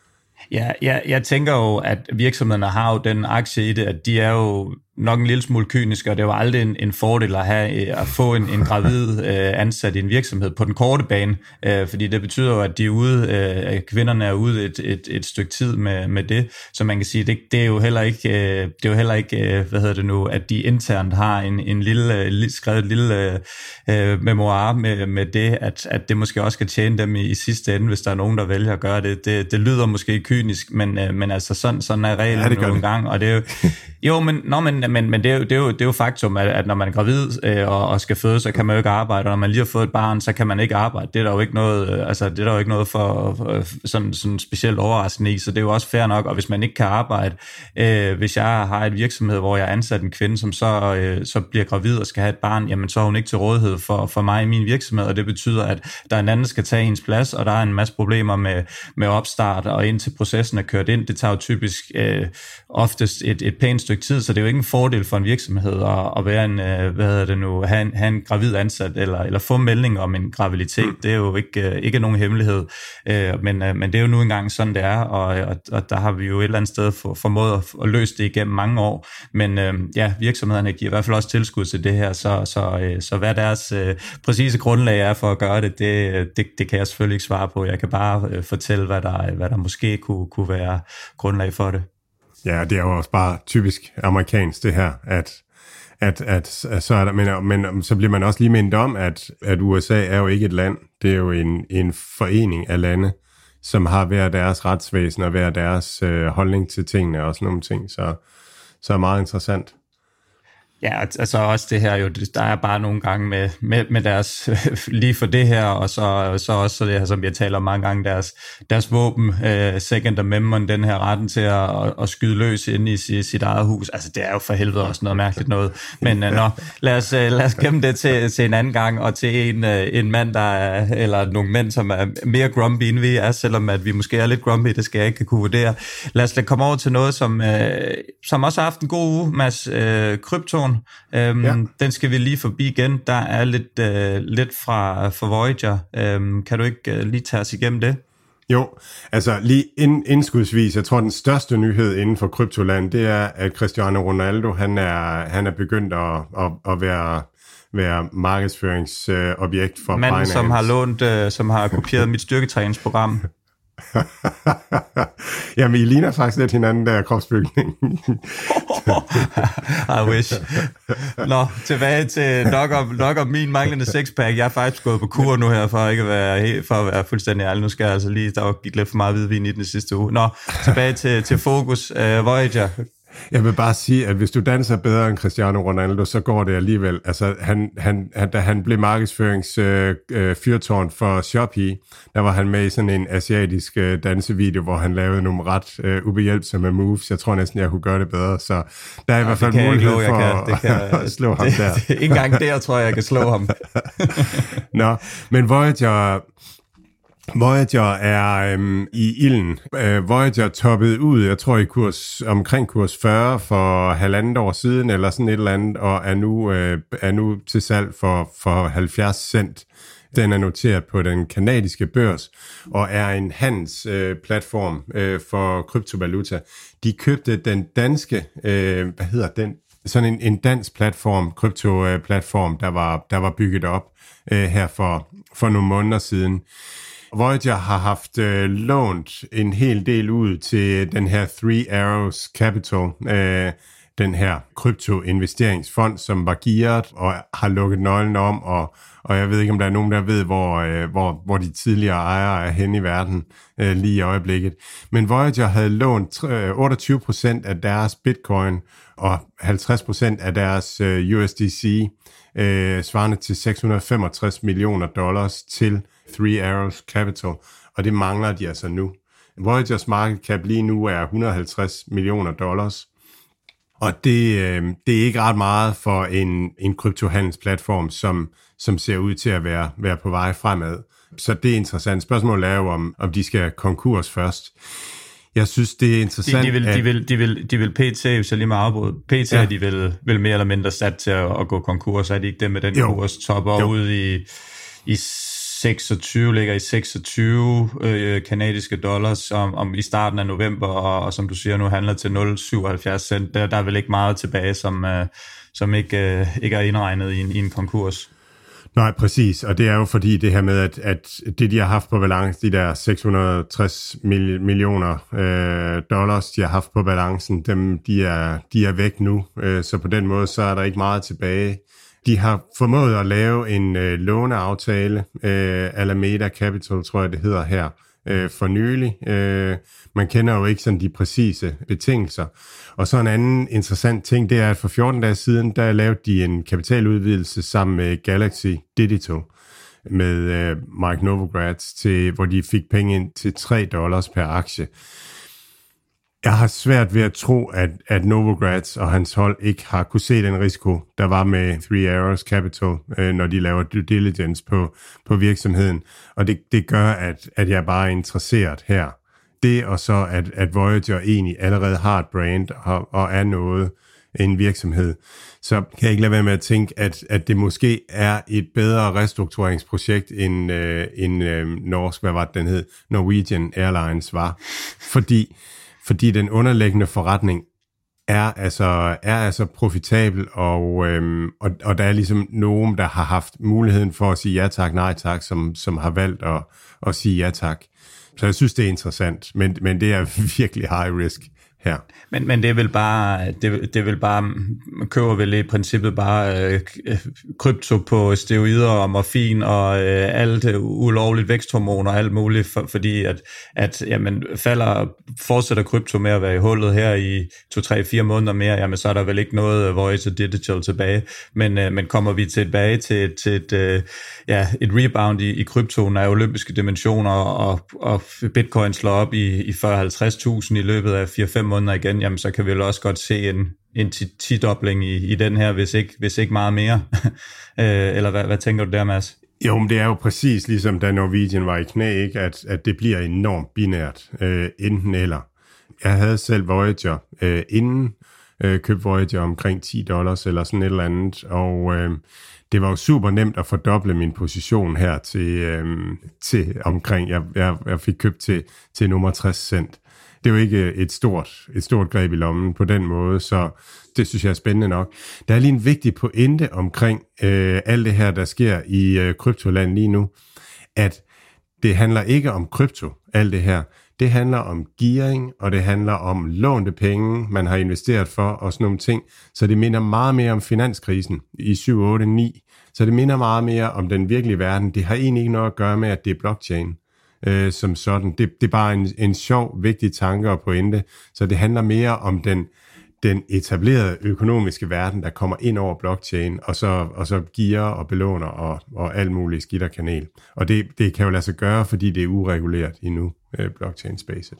Ja, jeg, jeg tænker jo, at virksomhederne har jo den aktie i det, at de er jo nok en lille smule kyniske, og det er jo aldrig en, en fordel at, have, at få en, en gravid øh, ansat i en virksomhed på den korte bane, øh, fordi det betyder jo, at de er ude, øh, kvinderne er ude et, et, et stykke tid med, med det, så man kan sige, det, det er jo heller ikke, øh, det er jo heller ikke, øh, hvad hedder det nu, at de internt har en, en lille, skrevet et lille øh, memoir med, med det, at, at det måske også kan tjene dem i, i sidste ende, hvis der er nogen, der vælger at gøre det. Det, det lyder måske kynisk, men, øh, men altså sådan, sådan er reglen ja, nogle gange, og det er jo, jo, men, nå, men Men, men det, er jo, det, er jo, det er jo faktum, at, at når man er gravid øh, og, og skal føde, så kan man jo ikke arbejde, og når man lige har fået et barn, så kan man ikke arbejde. Det er der jo ikke noget, øh, altså, det er der jo ikke noget for, for sådan, sådan specielt overraskende i, så det er jo også fair nok, og hvis man ikke kan arbejde, øh, hvis jeg har et virksomhed, hvor jeg er ansat en kvinde, som så, øh, så bliver gravid og skal have et barn, jamen så er hun ikke til rådighed for, for mig i min virksomhed, og det betyder, at der er en anden, der skal tage hendes plads, og der er en masse problemer med, med opstart, og indtil processen er kørt ind. Det tager jo typisk øh, oftest et, et pænt stykke tid, så det er jo ikke en fordel for en virksomhed at, at være en, hvad hedder det nu, have en, have en gravid ansat, eller, eller få melding om en graviditet. Mm. Det er jo ikke, ikke nogen hemmelighed, men, men det er jo nu engang sådan, det er, og, og, og der har vi jo et eller andet sted for, formået at, at løse det igennem mange år, men ja, virksomhederne giver i hvert fald også tilskud til det her, så, så, så hvad deres øh, præcise grundlag er for at gøre det, det, det, det kan jeg selvfølgelig ikke svare på. Jeg kan bare øh, fortælle, hvad der, hvad der måske kunne, kunne være grundlag for det. Ja, det er jo også bare typisk amerikansk det her, at, at, at, at så er der, men, men så bliver man også lige mindet om, at, at U S A er jo ikke et land, det er jo en, en forening af lande, som har hver deres retsvæsen og hver deres øh, holdning til tingene og sådan nogle ting, så, så er meget interessant. Ja, altså også det her jo, der er bare nogle gange med, med, med deres, lige for det her, og så, så også så det her, som jeg taler om mange gange, deres, deres våben, uh, Second Amendment, den her retten til at, at, at skyde løs inde i sit, sit eget hus. Altså det er jo for helvede også noget mærkeligt noget. Men uh, nå, lad os, uh, lad os gemme det til, til en anden gang, og til en, uh, en mand, der er, eller nogle mænd, som er mere grumpy, end vi er, selvom at vi måske er lidt grumpy, det skal jeg ikke kunne vurdere. Lad os komme over til noget, som, uh, som også har haft en god uge, Mads, uh, kryptoen. Øhm, ja. Den skal vi lige forbi igen. Der er lidt, øh, lidt fra, fra Voyager. Øhm, kan du ikke øh, lige tage os igennem det? Jo, altså lige ind, indskudsvis, jeg tror den største nyhed inden for kryptoland, det er, at Cristiano Ronaldo, han er, han er begyndt at, at, at være, være markedsføringsobjekt for Manden, Binance. som har lånt, øh, som har kopieret mit styrketræningsprogram. Jamen, I ligner faktisk lidt hinanden, der kropsbygning. I wish. Nå, tilbage til nok om, nok om min manglende sexpack. Jeg er faktisk gået på kur nu her, for ikke at være, helt, for at være fuldstændig ærlig. Nu skal jeg altså lige, der gik lidt for meget hvidvin i den sidste uge. Nå, tilbage til, til fokus. Uh, Voyager. Jeg vil bare sige, at hvis du danser bedre end Cristiano Ronaldo, så går det alligevel. Altså, han, han, da han blev markedsføringsfyrtårn øh, for Shopee, der var han med i sådan en asiatisk øh, dansevideo, hvor han lavede nogle ret øh, ubehjælpsomme moves. Jeg tror næsten, jeg kunne gøre det bedre, så der er i hvert fald mulighed for jeg kan, det kan, at slå ham det, der. Det, ikke engang der tror jeg, jeg kan slå ham. Nå, men Voyager... Voyager er øhm, i ilden. Øh, Voyager toppede ud, jeg tror i kurs omkring kurs fyrre for halvandet år siden, eller sådan et eller andet, og er nu, øh, er nu til salg for, for halvfjerds cent. Den er noteret på den kanadiske børs, og er en handelsplatform øh, øh, for kryptovaluta. De købte den danske, øh, hvad hedder den? Sådan en, en dansk platform, kryptoplatform, der var, der var bygget op øh, her for, for nogle måneder siden. Voyager har haft øh, lånt en hel del ud til den her Three Arrows Capital, øh, den her kryptoinvesteringsfond, som var gearet og har lukket nøglen om, og, og jeg ved ikke, om der er nogen, der ved, hvor, øh, hvor, hvor de tidligere ejere er henne i verden øh, lige i øjeblikket. Men Voyager havde lånt øh, otteogtyve procent af deres bitcoin og halvtreds procent af deres øh, U S D C, øh, svarende til seks hundrede og femogtres millioner dollars til Three Arrows Capital, og det mangler de altså nu. Voyagers market cap lige nu er et hundrede og halvtreds millioner dollars, og det, øh, det er ikke ret meget for en, en kryptohandelsplatform, som, som ser ud til at være, være på vej fremad. Så det er interessant. Spørgsmålet er jo, om, om de skal konkurs først. Jeg synes, det er interessant. De, de, vil, at... de, vil, de, vil, de vil P T, hvis jeg lige må afbryde, P T ja. de vil, vil mere eller mindre sat til at, at gå konkurs, er de ikke det med den jo. Kurs topper jo. Ud i, i seksogtyve, ligger i seksogtyve øh, kanadiske dollars om, om i starten af november, og, og som du siger, nu handler til nul komma syvoghalvfjerds cent. Der, der er vel ikke meget tilbage, som, øh, som ikke, øh, ikke er indregnet i en, i en konkurs. Nej, præcis, og det er jo fordi det her med, at, at det de har haft på balance, de der seks hundrede og tres millioner øh, dollars, de har haft på balancen, dem, de, er, de er væk nu, øh, så på den måde, så er der ikke meget tilbage. De har formået at lave en øh, låneaftale, øh, Alameda Capital, tror jeg det hedder her, øh, for nylig. Øh, man kender jo ikke sådan de præcise betingelser. Og så en anden interessant ting, det er, at for fjorten dage siden, der lavede de en kapitaludvidelse sammen med Galaxy Digital, med øh, Mike Novogratz, til, hvor de fik penge ind til tre dollars per aktie. Jeg har svært ved at tro, at, at Novogratz og hans hold ikke har kunne se den risiko, der var med Three Arrows Capital, øh, når de laver due diligence på, på virksomheden. Og det, det gør, at, at jeg bare er interesseret her. Det og så, at, at Voyager egentlig allerede har et brand og, og er noget, en virksomhed. Så kan jeg ikke lade være med at tænke, at, at det måske er et bedre restruktureringsprojekt end, øh, end øh, norsk, hvad var det, den hed, Norwegian Airlines var. Fordi Fordi den underliggende forretning er altså, er altså profitabel, og, øhm, og, og der er ligesom nogen, der har haft muligheden for at sige ja tak, nej tak, som, som har valgt at, at sige ja tak. Så jeg synes, det er interessant, men, men det er virkelig high risk her. Men, men det er vel bare, det, det er vel bare, man køber vel i princippet bare øh, krypto på steroider og morfin og øh, alt ulovligt væksthormoner og alt muligt, for, fordi at, at jamen, falder, fortsætter krypto med at være i hullet her i to, tre, fire måneder mere, jamen så er der vel ikke noget Voyager Digital tilbage, men, øh, men kommer vi tilbage til, til et, øh, ja, et rebound i, i kryptoen af olympiske dimensioner, og, og bitcoin slår op i, i fyrre til halvtreds tusind i løbet af fire til fem måneder igen, jamen så kan vi jo også godt se en, en ti-dobling i, i den her, hvis ikke, hvis ikke meget mere. Eller hvad, hvad tænker du der, Mads? Jo, men det er jo præcis ligesom da Norwegian var i knæ, ikke? At, at det bliver enormt binært, øh, enten eller. Jeg havde selv Voyager øh, inden, øh, købte Voyager omkring ti dollars eller sådan et eller andet, og øh, det var jo super nemt at fordoble min position her til, øh, til omkring, jeg, jeg, jeg fik købt til, til nummer tres cent. Det er jo ikke et stort, et stort greb i lommen på den måde, så det synes jeg er spændende nok. Der er lige en vigtig pointe omkring øh, alt det her, der sker i øh, kryptoland lige nu, at det handler ikke om krypto, alt det her. Det handler om gearing, og det handler om lånte penge, man har investeret for, og sådan nogle ting. Så det minder meget mere om finanskrisen i syv, otte, ni. Så det minder meget mere om den virkelige verden. Det har egentlig ikke noget at gøre med, at det er blockchain. Øh, som sådan. Det, det er bare en, en sjov, vigtig tanke og pointe. Så det handler mere om den, den etablerede økonomiske verden, der kommer ind over blockchain, og så, og så gearer og belåner og, og alt muligt skidt og kanel. Og det, det kan jo lade sig gøre, fordi det er ureguleret endnu, øh, blockchain-spacet.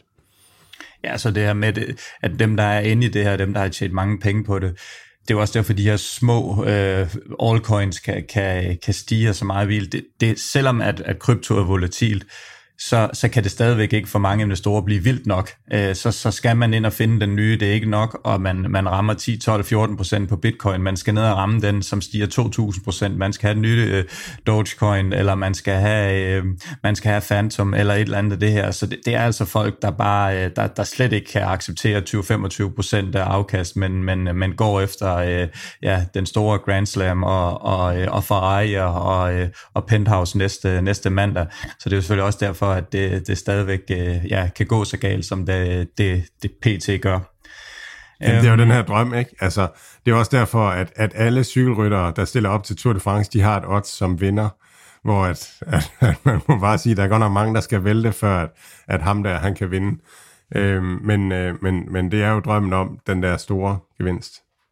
Ja, så det her med, det, at dem, der er inde i det her, dem, der har tjent mange penge på det, det er jo også derfor, de her små øh, altcoins kan, kan, kan stige så meget vildt. Det, det, selvom at, at krypto er volatilt, Så, så kan det stadigvæk ikke for mange investorer blive vildt nok. Øh, så, så skal man ind og finde den nye, det er ikke nok, og man, man rammer ti, tolv, fjorten procent på Bitcoin. Man skal ned og ramme den, som stiger to tusind procent. Man skal have den nye øh, Dogecoin, eller man skal have, øh, man skal have Phantom, eller et eller andet af det her. Så det, det er altså folk, der bare, øh, der, der slet ikke kan acceptere tyve til femogtyve procent af afkast, men, men, men går efter øh, ja, den store Grand Slam og, og, og Ferrari og, øh, og Penthouse næste, næste mandag. Så det er jo selvfølgelig også derfor, at det, det stadigvæk ja, kan gå så galt, som det, det, det P T gør. Jamen, det er jo den her drøm, ikke? Altså, det er også derfor, at, at alle cykelryttere, der stiller op til Tour de France, de har et odds som vinder, hvor at, at, at man må bare sige, at der er godt nok mange, der skal vælte, før at, at ham der, han kan vinde. Øhm, men, øh, men, men det er jo drømmen om den der store gevinst.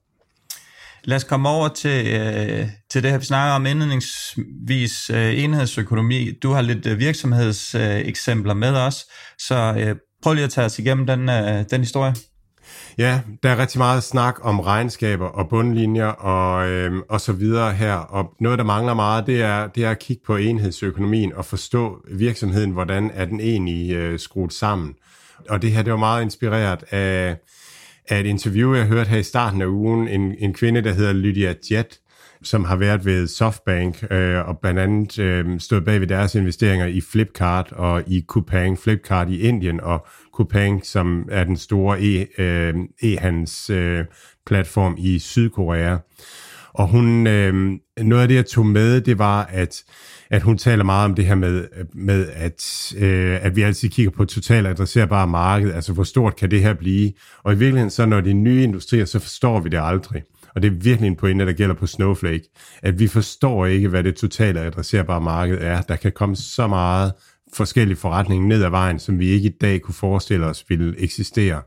Lad os komme over til, øh, til det her, vi snakker om indledningsvis øh, enhedsøkonomi. Du har lidt øh, virksomhedseksempler øh, med os, så øh, prøv lige at tage os igennem den, øh, den historie. Ja, der er rigtig meget snak om regnskaber og bundlinjer og, øh, og så videre her, og noget, der mangler meget, det er, det er at kigge på enhedsøkonomien og forstå virksomheden, hvordan er den egentlig øh, skruet sammen. Og det her, det var meget inspireret af af et interview, jeg hørte her i starten af ugen, en, en kvinde, der hedder Lydia Jet, som har været ved Softbank øh, og blandt andet øh, stået bag ved deres investeringer i Flipkart og i Coupang. Flipkart i Indien og Coupang, som er den store e, øh, e-handels øh, platform i Sydkorea. Og hun, øh, noget af det, jeg tog med, det var, at at hun taler meget om det her med, med at, øh, at vi altid kigger på totalt adresserbare marked, altså hvor stort kan det her blive, og i virkeligheden så når det er nye industrier, så forstår vi det aldrig, og det er virkelig en pointe, der gælder på Snowflake, at vi forstår ikke, hvad det totalt adresserbare marked er. Der kan komme så meget forskellig forretning ned ad vejen, som vi ikke i dag kunne forestille os ville eksistere.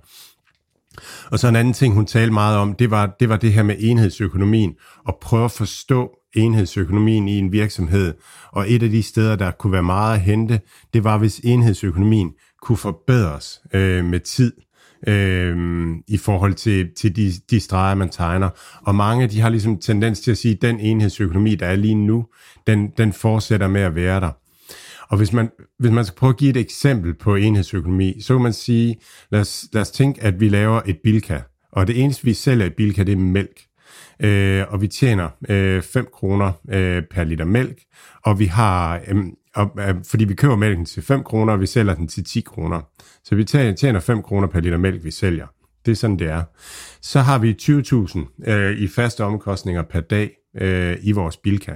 Og så en anden ting, hun talte meget om, det var det, var det her med enhedsøkonomien, og prøve at forstå enhedsøkonomien i en virksomhed. Og et af de steder, der kunne være meget at hente, det var, hvis enhedsøkonomien kunne forbedres øh, med tid øh, i forhold til, til de, de streger, man tegner. Og mange de har ligesom tendens til at sige, at den enhedsøkonomi, der er lige nu, den, den fortsætter med at være der. Og hvis man, hvis man skal prøve at give et eksempel på enhedsøkonomi, så kan man sige, lad os, lad os tænke, at vi laver et Bilka, og det eneste, vi sælger i Bilka, det er mælk. Øh, og vi tjener øh, fem kroner øh, per liter mælk, og vi har, øh, og, øh, fordi vi køber mælken til fem kroner, og vi sælger den til ti kroner. Så vi tjener fem kroner per liter mælk, vi sælger. Det er sådan, det er. Så har vi tyve tusind øh, i faste omkostninger per dag øh, i vores Bilka.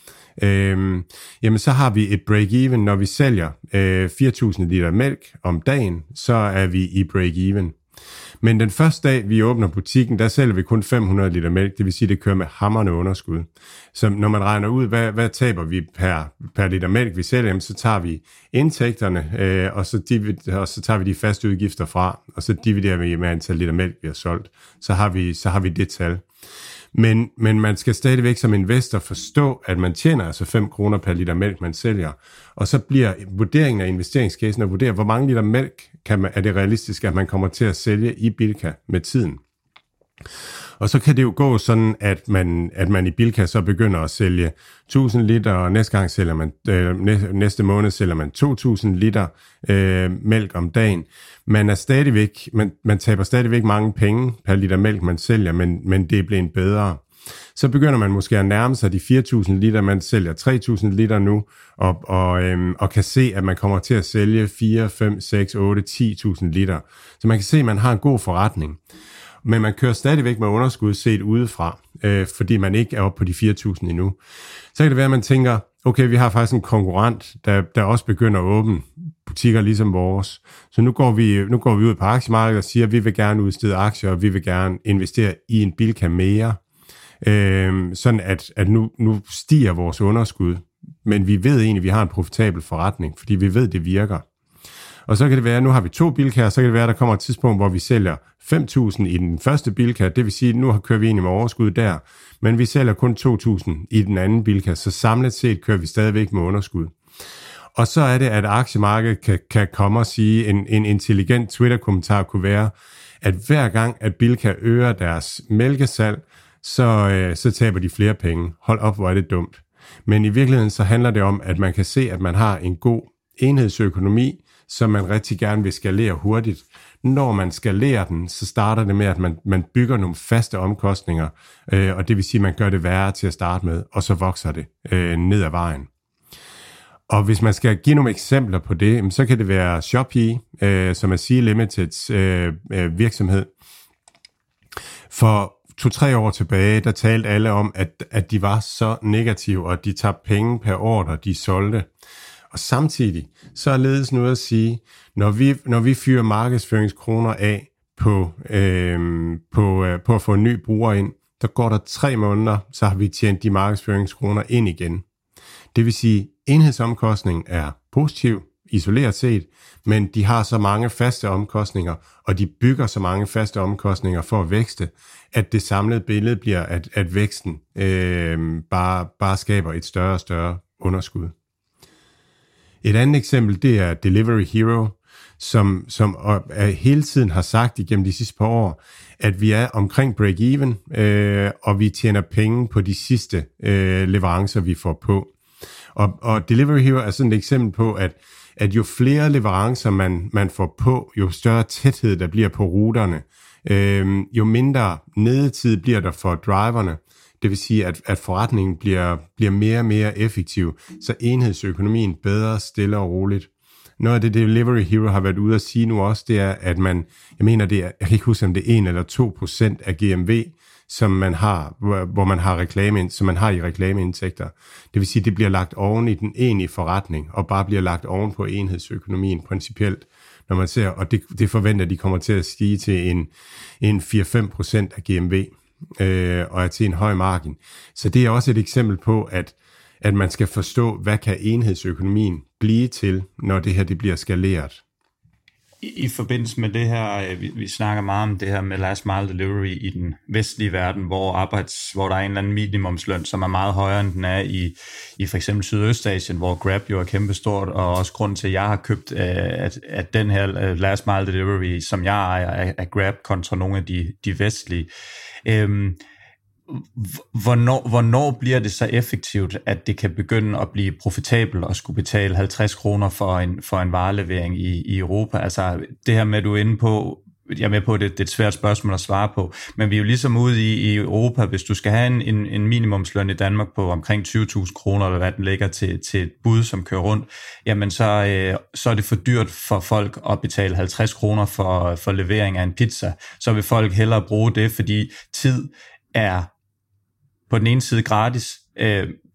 Øhm, jamen så har vi et break-even, når vi sælger øh, fire tusind liter mælk om dagen, så er vi i break-even. Men den første dag, vi åbner butikken, der sælger vi kun fem hundrede liter mælk, det vil sige, det kører med hamrende underskud. Så når man regner ud, hvad, hvad taber vi per, per liter mælk, vi sælger, så tager vi indtægterne, øh, og, så divid, og så tager vi de faste udgifter fra, og så dividerer vi med antal liter mælk, vi har solgt. Så har vi, så har vi det tal. Men, men man skal stadigvæk som investor forstå, at man tjener altså fem kroner per liter mælk, man sælger. Og så bliver vurderingen af investeringscasen at vurdere, hvor mange liter mælk kan man, er det realistisk, at man kommer til at sælge i Bilka med tiden. Og så kan det jo gå sådan, at man, at man i Bilka så begynder at sælge tusind liter, og næste gang sælger man, øh, næste måned sælger man to tusind liter øh, mælk om dagen. Man er stadigvæk, man, man taber stadigvæk mange penge per liter mælk, man sælger, men, men det er blevet bedre. Så begynder man måske at nærme sig de fire tusind liter, man sælger tre tusind liter nu, og, og, øhm, og kan se, at man kommer til at sælge fire, fem, seks, otte, ti tusind liter. Så man kan se, at man har en god forretning. Men man kører stadigvæk med underskud set udefra, øh, fordi man ikke er oppe på de fire tusind endnu. Så kan det være, at man tænker, okay, vi har faktisk en konkurrent, der, der også begynder at åbne butikker ligesom vores. Så nu går vi, nu går vi ud på aktiemarkedet og siger, at vi vil gerne udstede aktier, og vi vil gerne investere i en Bilka mere. Øh, sådan at, at nu, nu stiger vores underskud, men vi ved egentlig, at vi har en profitabel forretning, fordi vi ved, at det virker. Og så kan det være, at nu har vi to Bilkaer, så kan det være, at der kommer et tidspunkt, hvor vi sælger fem tusind i den første Bilka, det vil sige, at nu kører vi egentlig med overskud der, men vi sælger kun to tusind i den anden Bilka, så samlet set kører vi stadigvæk med underskud. Og så er det, at aktiemarkedet kan, kan komme og sige, en, en intelligent Twitter-kommentar kunne være, at hver gang, at Bilka øger deres mælkesalg, så, øh, så taber de flere penge. Hold op, hvor er det dumt. Men i virkeligheden så handler det om, at man kan se, at man har en god enhedsøkonomi, som man rigtig gerne vil skalere hurtigt. Når man skalerer den, så starter det med, at man, man bygger nogle faste omkostninger, øh, og det vil sige, at man gør det værre til at starte med, og så vokser det øh, ned ad vejen. Og hvis man skal give nogle eksempler på det, så kan det være Shopee, øh, som er C Limiteds øh, øh, virksomhed. For to-tre år tilbage, der talte alle om, at, at de var så negative, og at de tabte penge per ordre, de solgte. Og samtidig, så er ledelsen ude at sige, når vi, når vi fyrer markedsføringskroner af på, øh, på, øh, på at få en ny bruger ind, der går der tre måneder, så har vi tjent de markedsføringskroner ind igen. Det vil sige, enhedsomkostning er positiv, isoleret set, men de har så mange faste omkostninger, og de bygger så mange faste omkostninger for at vækste, at det samlede billede bliver, at, at væksten øh, bare, bare skaber et større og større underskud. Et andet eksempel, det er Delivery Hero, som, som hele tiden har sagt igennem de sidste par år, at vi er omkring break-even, øh, og vi tjener penge på de sidste øh, leverancer, vi får på. Og, og Delivery Hero er sådan et eksempel på, at, at jo flere leverancer man, man får på, jo større tæthed der bliver på ruterne, øh, jo mindre nedetid bliver der for driverne. Det vil sige, at, at forretningen bliver, bliver mere og mere effektiv, så enhedsøkonomien bedre, stille og roligt. Noget af det Delivery Hero har været ude at sige nu også, det er, at man, jeg mener, det er, jeg kan ikke huske, om det er en eller to procent af G M V, som man har, hvor, hvor man har reklame, som man har i reklameindtægter. Det vil sige, at det bliver lagt oven i den egentlige forretning, og bare bliver lagt oven på enhedsøkonomien principielt, når man ser, og det, det forventer, at de kommer til at stige til en, en fire til fem procent af G M V. Øh, og er til en høj margin. Så det er også et eksempel på, at, at man skal forstå, hvad kan enhedsøkonomien blive til, når det her det bliver skaleret. I, I forbindelse med det her, vi, vi snakker meget om det her med last mile delivery i den vestlige verden, hvor, arbejds, hvor der er en eller anden minimumsløn, som er meget højere, end den er i, i for eksempel Sydøstasien, hvor Grab jo er kæmpestort, og også grund til, at jeg har købt at, at den her last mile delivery, som jeg ejer af Grab, kontra nogle af de, de vestlige. Øhm, hvornår, hvornår bliver det så effektivt, at det kan begynde at blive profitabelt og skulle betale halvtreds kroner for en, for en varelevering i, i Europa? Altså det her med, at du er inde på, jeg er med på, at det, det er et svært spørgsmål at svare på, men vi er jo ligesom ude i, i Europa, hvis du skal have en, en, en minimumsløn i Danmark på omkring tyve tusind kroner, eller hvad den ligger til, til et bud, som kører rundt, jamen så, øh, så er det for dyrt for folk at betale halvtreds kroner for, for levering af en pizza. Så vil folk hellere bruge det, fordi tid er på den ene side gratis, øh,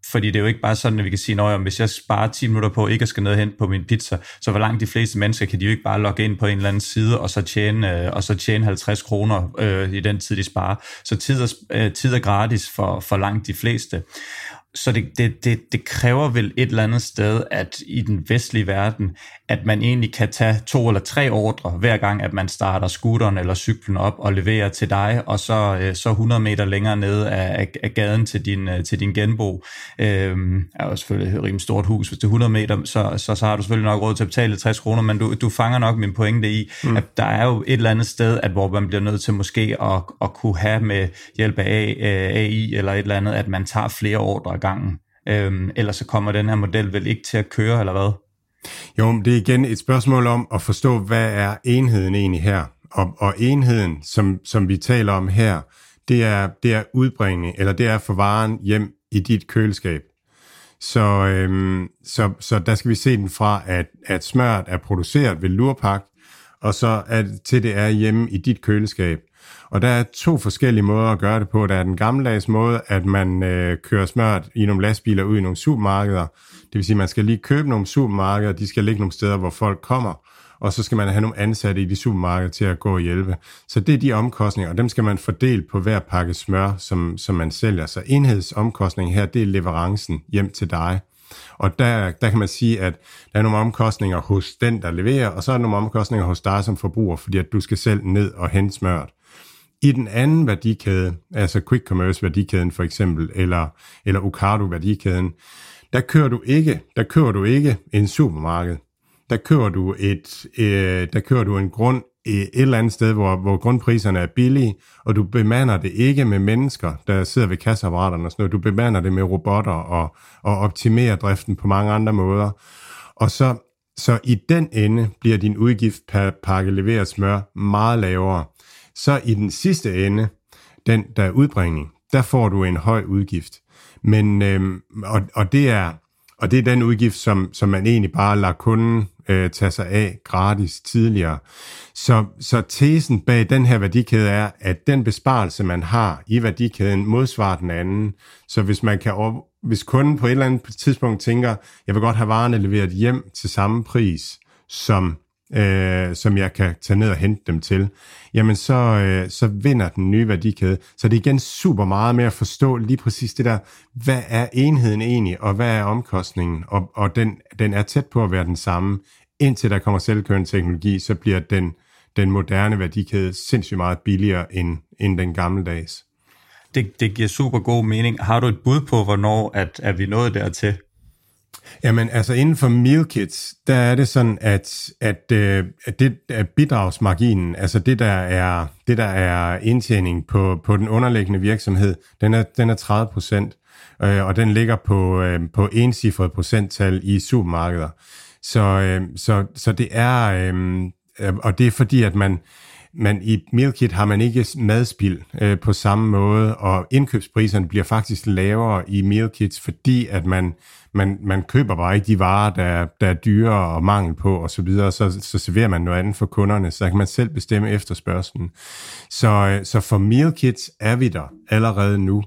fordi det er jo ikke bare sådan, at vi kan sige, at hvis jeg sparer ti minutter på ikke at skal ned og hente på min pizza, så hvor langt de fleste mennesker kan de jo ikke bare logge ind på en eller anden side, og så tjene, øh, og så tjene halvtreds kroner øh, i den tid, de sparer. Så tid er, øh, tid er gratis for, for langt de fleste. Så det, det, det, det kræver vel et eller andet sted, at i den vestlige verden, at man egentlig kan tage to eller tre ordre, hver gang, at man starter scooteren eller cyklen op og leverer til dig, og så, så hundrede meter længere nede af, af gaden til din, til din genbo. Øhm, er jo selvfølgelig et rimelig stort hus, hvis det er hundrede meter, så, så, så har du selvfølgelig nok råd til at betale tres kroner, men du, du fanger nok min pointe i, mm. at der er jo et eller andet sted, at hvor man bliver nødt til måske at, at kunne have med hjælp af A I eller et eller andet, at man tager flere ordre ad gangen. Øhm, ellers så kommer den her model vel ikke til at køre, eller hvad? Jo, det er igen et spørgsmål om at forstå, hvad er enheden egentlig her? Og, og enheden, som, som vi taler om her, det er, det er udbringning, eller det er for varen hjem i dit køleskab. Så, øhm, så, så der skal vi se den fra, at, at smøret er produceret ved Lurpak, og så at, til det er hjemme i dit køleskab. Og der er to forskellige måder at gøre det på. Der er den gammeldags måde, at man øh, kører smøret i nogle lastbiler ud i nogle supermarkeder. Det vil sige, at man skal lige købe nogle supermarkeder, de skal ligge nogle steder, hvor folk kommer, og så skal man have nogle ansatte i de supermarkeder til at gå og hjælpe. Så det er de omkostninger, og dem skal man fordele på hver pakke smør, som, som man sælger. Så enhedsomkostningen her, det er leverancen hjem til dig. Og der, der kan man sige, at der er nogle omkostninger hos den, der leverer, og så er der nogle omkostninger hos dig som forbruger, fordi at du skal selv ned og hente smøret. I den anden værdikæde, altså quick commerce værdikæden for eksempel, eller, eller Ocado værdikæden, der kører du ikke, der kører du ikke en supermarked. Der kører du et, øh, der kører du en grund et eller andet sted, hvor, hvor grundpriserne er billige, og du bemander det ikke med mennesker, der sidder ved kasseapparaterne og sådan noget. Du bemander det med robotter og, og optimerer driften på mange andre måder. Og så, så i den ende bliver din udgift per pakke leveret smør meget lavere. Så i den sidste ende, den der er udbringning, der får du en høj udgift. Men, øhm, og, og, det er, og det er den udgift, som, som man egentlig bare lader kunden øh, tage sig af gratis tidligere. Så, så tesen bag den her værdikæde er, at den besparelse, man har i værdikæden, modsvarer den anden. Så hvis, man kan over, hvis kunden på et eller andet tidspunkt tænker, jeg vil godt have varerne leveret hjem til samme pris, som Øh, som jeg kan tage ned og hente dem til, jamen så, øh, så vinder den nye værdikæde. Så det er igen super meget med at forstå lige præcis det der, hvad er enheden egentlig, og hvad er omkostningen, og, og den, den er tæt på at være den samme. Indtil der kommer selvkørende teknologi, så bliver den, den moderne værdikæde sindssygt meget billigere end, end den gammeldags. Det, det giver super god mening. Har du et bud på, hvornår at, er vi nået dertil? Jamen, altså inden for meal kits, der er det sådan, at, at, øh, at det er bidragsmarginen, altså det der er, det der er indtjening på, på den underliggende virksomhed, den er, den er tredive procent, øh, og den ligger på, øh, på encifret procenttal i supermarkeder. Så, øh, så, så det er, øh, og det er fordi, at man, man i meal kit har man ikke madspild øh, på samme måde, og indkøbspriserne bliver faktisk lavere i meal kits, fordi at man Man, man køber bare ikke de varer, der, der er dyre og mangel på og så videre, så, så serverer man noget andet for kunderne, så kan man selv bestemme efterspørgslen. Så, så for meal kits er vi der allerede nu.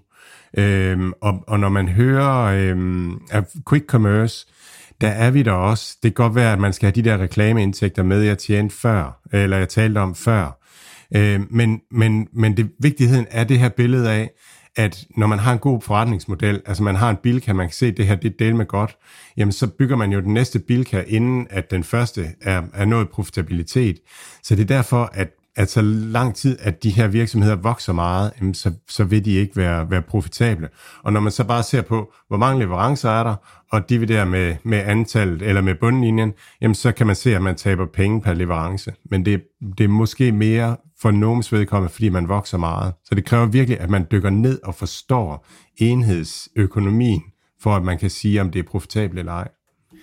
Øhm, og, og når man hører øhm, af quick commerce, der er vi der også. Det kan godt være, at man skal have de der reklameindtægter med, jeg tjente før, eller jeg talte om før. Øhm, men men, men det, vigtigheden er det her billede af, at når man har en god forretningsmodel, altså man har en Bilka, man kan se, at det her det er del med godt, jamen så bygger man jo den næste Bilka, inden at den første er, er nået profitabilitet. Så det er derfor, at, at så lang tid, at de her virksomheder vokser meget, jamen så, så vil de ikke være, være profitable. Og når man så bare ser på, hvor mange leverancer er der, og dividerer med, med antallet eller med bundlinjen, jamen så kan man se, at man taber penge per leverance. Men det, det er måske mere for nogens vedkommende, fordi man vokser meget. Så det kræver virkelig, at man dykker ned og forstår enhedsøkonomien, for at man kan sige, om det er profitabelt eller ej.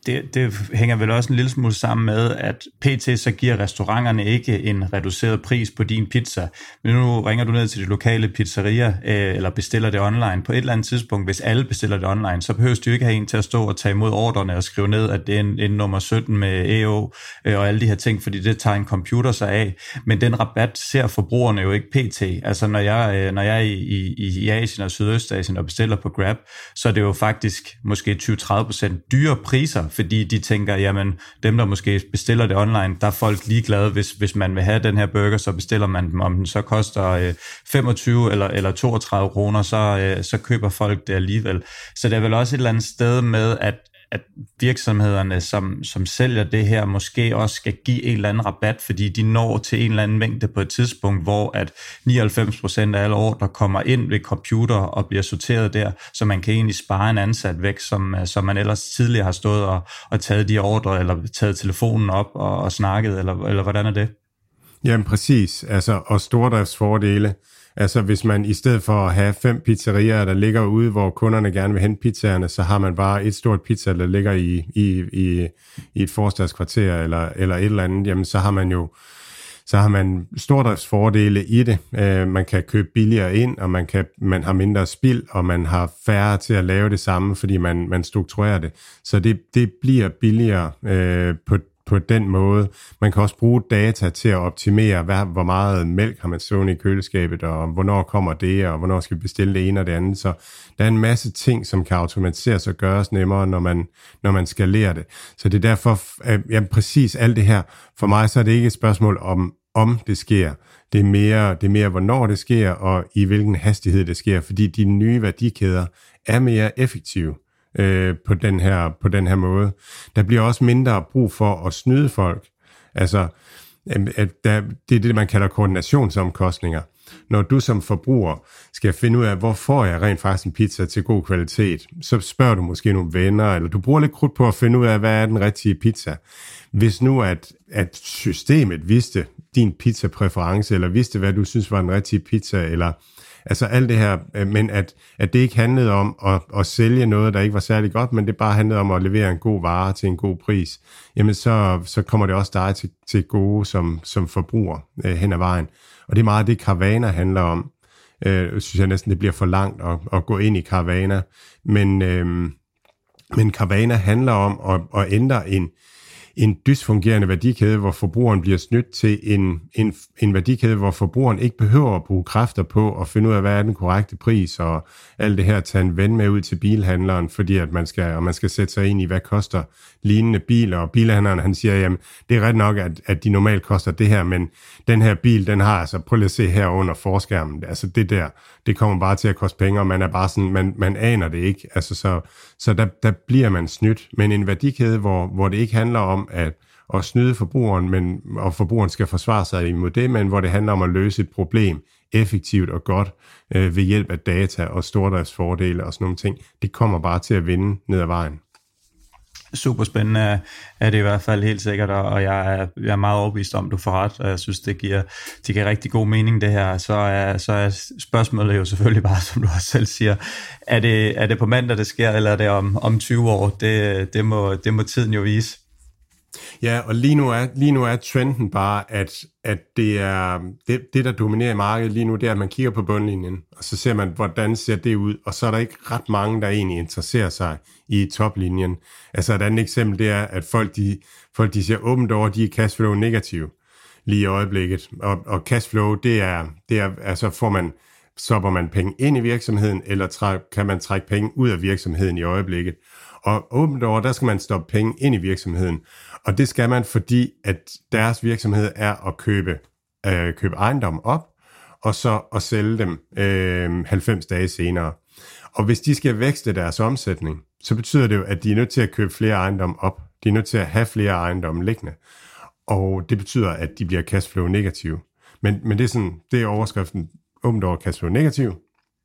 Det, det hænger vel også en lille smule sammen med, at P T så giver restauranterne ikke en reduceret pris på din pizza. Men nu ringer du ned til de lokale pizzerier, øh, eller bestiller det online. På et eller andet tidspunkt, hvis alle bestiller det online, så behøver du ikke have en til at stå og tage imod ordrene og skrive ned, at det er en, en nummer sytten med A O øh, og alle de her ting, fordi det tager en computer sig af. Men den rabat ser forbrugerne jo ikke P T. Altså når jeg, øh, når jeg er i, i, i Asien og Sydøstasien og bestiller på Grab, så er det jo faktisk måske tyve til tredive procent dyre priser, fordi de tænker, jamen dem, der måske bestiller det online, der er folk ligeglade, hvis, hvis man vil have den her burger, så bestiller man dem, om den så koster øh, femogtyve eller, eller toogtredive kroner, så, øh, så køber folk det alligevel. Så det er vel også et eller andet sted med, at at virksomhederne, som, som sælger det her, måske også skal give en eller anden rabat, fordi de når til en eller anden mængde på et tidspunkt, hvor at nioghalvfems procent af alle ordre kommer ind ved computer og bliver sorteret der, så man kan egentlig spare en ansat væk, som, som man ellers tidligere har stået og, og taget de ordre, eller taget telefonen op og, og snakket, eller, eller hvordan er det? Jamen præcis, altså, og stordriftsfordele. Altså hvis man i stedet for at have fem pizzerier, der ligger ude, hvor kunderne gerne vil hente pizzaerne, så har man bare et stort pizza, der ligger i, i, i, i et forstadskvarter eller, eller et eller andet, jamen så har man jo så har man stordriftsfordele i det. Uh, man kan købe billigere ind, og man, kan, man har mindre spild, og man har færre til at lave det samme, fordi man, man strukturerer det. Så det, det bliver billigere uh, på på den måde. Man kan også bruge data til at optimere, hvad, hvor meget mælk har man stående i køleskabet, og hvornår kommer det, og hvornår skal vi bestille det ene og det andet. Så der er en masse ting, som kan automatiseres og gøres nemmere, når man, når man skalerer det. Så det er derfor, ja, præcis alt det her, for mig så er det ikke et spørgsmål om, om det sker. Det er mere, det er mere hvornår det sker, og i hvilken hastighed det sker, fordi de nye værdikæder er mere effektive. Øh, på den her på den her måde. Der bliver også mindre brug for at snyde folk. Altså, at der, det er det, man kalder koordinationsomkostninger. Når du som forbruger skal finde ud af, hvor får jeg rent faktisk en pizza til god kvalitet, så spørger du måske nogle venner, eller du bruger lidt krudt på at finde ud af, hvad er den rigtige pizza. Hvis nu, at, at systemet vidste din pizza-præference, eller vidste, hvad du synes var den rigtige pizza, eller altså alt det her, men at, at det ikke handlede om at, at sælge noget, der ikke var særlig godt, men det bare handlede om at levere en god vare til en god pris, jamen så, så kommer det også dig til, til gode som, som forbruger øh, hen ad vejen. Og det er meget det, Carvana handler om. Øh, jeg synes jeg næsten, det bliver for langt at, at gå ind i Carvana, men, øh, men Carvana handler om at, at ændre en en dysfungerende værdikæde, hvor forbrugeren bliver snydt til en, en, en værdikæde, hvor forbrugeren ikke behøver at bruge kræfter på at finde ud af, hvad er den korrekte pris, og alt det her at tage en ven med ud til bilhandleren, fordi at man skal, og man skal sætte sig ind i, hvad koster lignende biler, og bilhandleren han siger, jamen det er ret nok, at, at de normalt koster det her, men den her bil, den har altså, prøv lige at se her under forskærmen, altså det der, det kommer bare til at koste penge, og man er bare sådan, man, man aner det ikke, altså så, så der, der bliver man snydt, men en værdikæde, hvor, hvor det ikke handler om at, at snyde forbrugeren, men, og forbrugeren skal forsvare sig imod det, men hvor det handler om at løse et problem effektivt og godt øh, ved hjælp af data og stordriftsfordele og sådan nogle ting, det kommer bare til at vinde ned ad vejen. Super spændende er det i hvert fald helt sikkert, og jeg er, jeg er meget overbevist om, du får ret, og jeg synes, det giver, det giver rigtig god mening det her. Så er, så er spørgsmålet jo selvfølgelig bare, som du også selv siger, er det, er det på mandag, det sker, eller er det om, om tyve år? Det, det, må, det må tiden jo vise. Ja, og lige nu er, lige nu er trenden bare, at, at det, er, det, det, der dominerer i markedet lige nu, det er, at man kigger på bundlinjen, og så ser man, hvordan ser det ud, og så er der ikke ret mange, der egentlig interesserer sig i toplinjen. Altså et andet eksempel, det er, at folk, de, folk, de ser åbent over, de er cashflow negative lige i øjeblikket, og, og cashflow, det er, det er, altså får man, stopper man penge ind i virksomheden, eller træk, kan man trække penge ud af virksomheden i øjeblikket. Og åbent over, der skal man stoppe penge ind i virksomheden. Og det skal man, fordi at deres virksomhed er at købe, øh, købe ejendom op, og så at sælge dem øh, halvfems dage senere. Og hvis de skal vækste deres omsætning, så betyder det jo, at de er nødt til at købe flere ejendomme op. De er nødt til at have flere ejendomme liggende. Og det betyder, at de bliver cashflow negative. Men, men det er sådan, det er overskriften, åbent over cashflow negativ.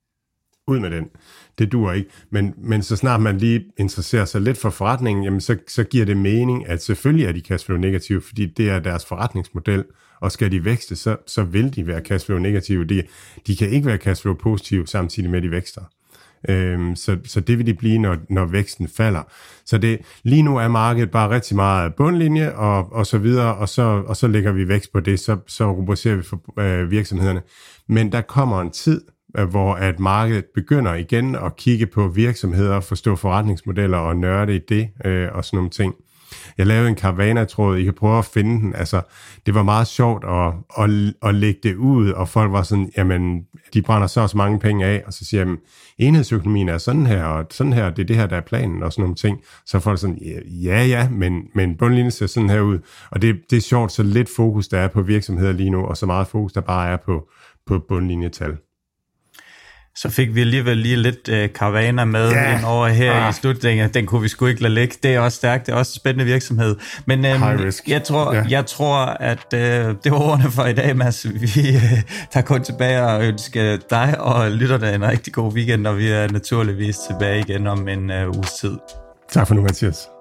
Ud med den. Det duer ikke. Men, men så snart man lige interesserer sig lidt for forretningen, jamen så, så giver det mening, at selvfølgelig er de cashflow negative, fordi det er deres forretningsmodel, og skal de vækste, så, så vil de være cashflow negative. De, de kan ikke være cashflow positive, samtidig med de vækster. Øhm, så, så det vil de blive, når, når væksten falder. Så det, lige nu er markedet bare rigtig meget bundlinje og, og så videre, og så, og så lægger vi vækst på det, så, så rubricerer vi for øh, virksomhederne. Men der kommer en tid, hvor at markedet begynder igen at kigge på virksomheder, forstå forretningsmodeller og nørde i det øh, og sådan nogle ting. Jeg lavede en Carvana-tråd, I kan prøve at finde den. Altså, det var meget sjovt at, at, at lægge det ud, og folk var sådan, jamen, de brænder så også mange penge af, og så siger jeg, enhedsøkonomien er sådan her, og sådan her, det er det her, der er planen, og sådan nogle ting. Så er folk sådan, ja, ja, men, men bundlinjen ser sådan her ud. Og det, det er sjovt, så lidt fokus der er på virksomheder lige nu, og så meget fokus der bare er på, på bundlinjetal. Så fik vi alligevel lige lidt uh, Carvana med yeah. ind over her ah. i slutningen. Den kunne vi sgu ikke lade ligge. Det er også stærkt, det er også en spændende virksomhed. Men um, jeg, tror, yeah. jeg tror, at uh, det var ordene for i dag, Mads. Vi uh, tager kun tilbage og ønsker dig og lytterne en rigtig god weekend, og vi er naturligvis tilbage igen om en uh, uges tid. Tak for nu, Mathias.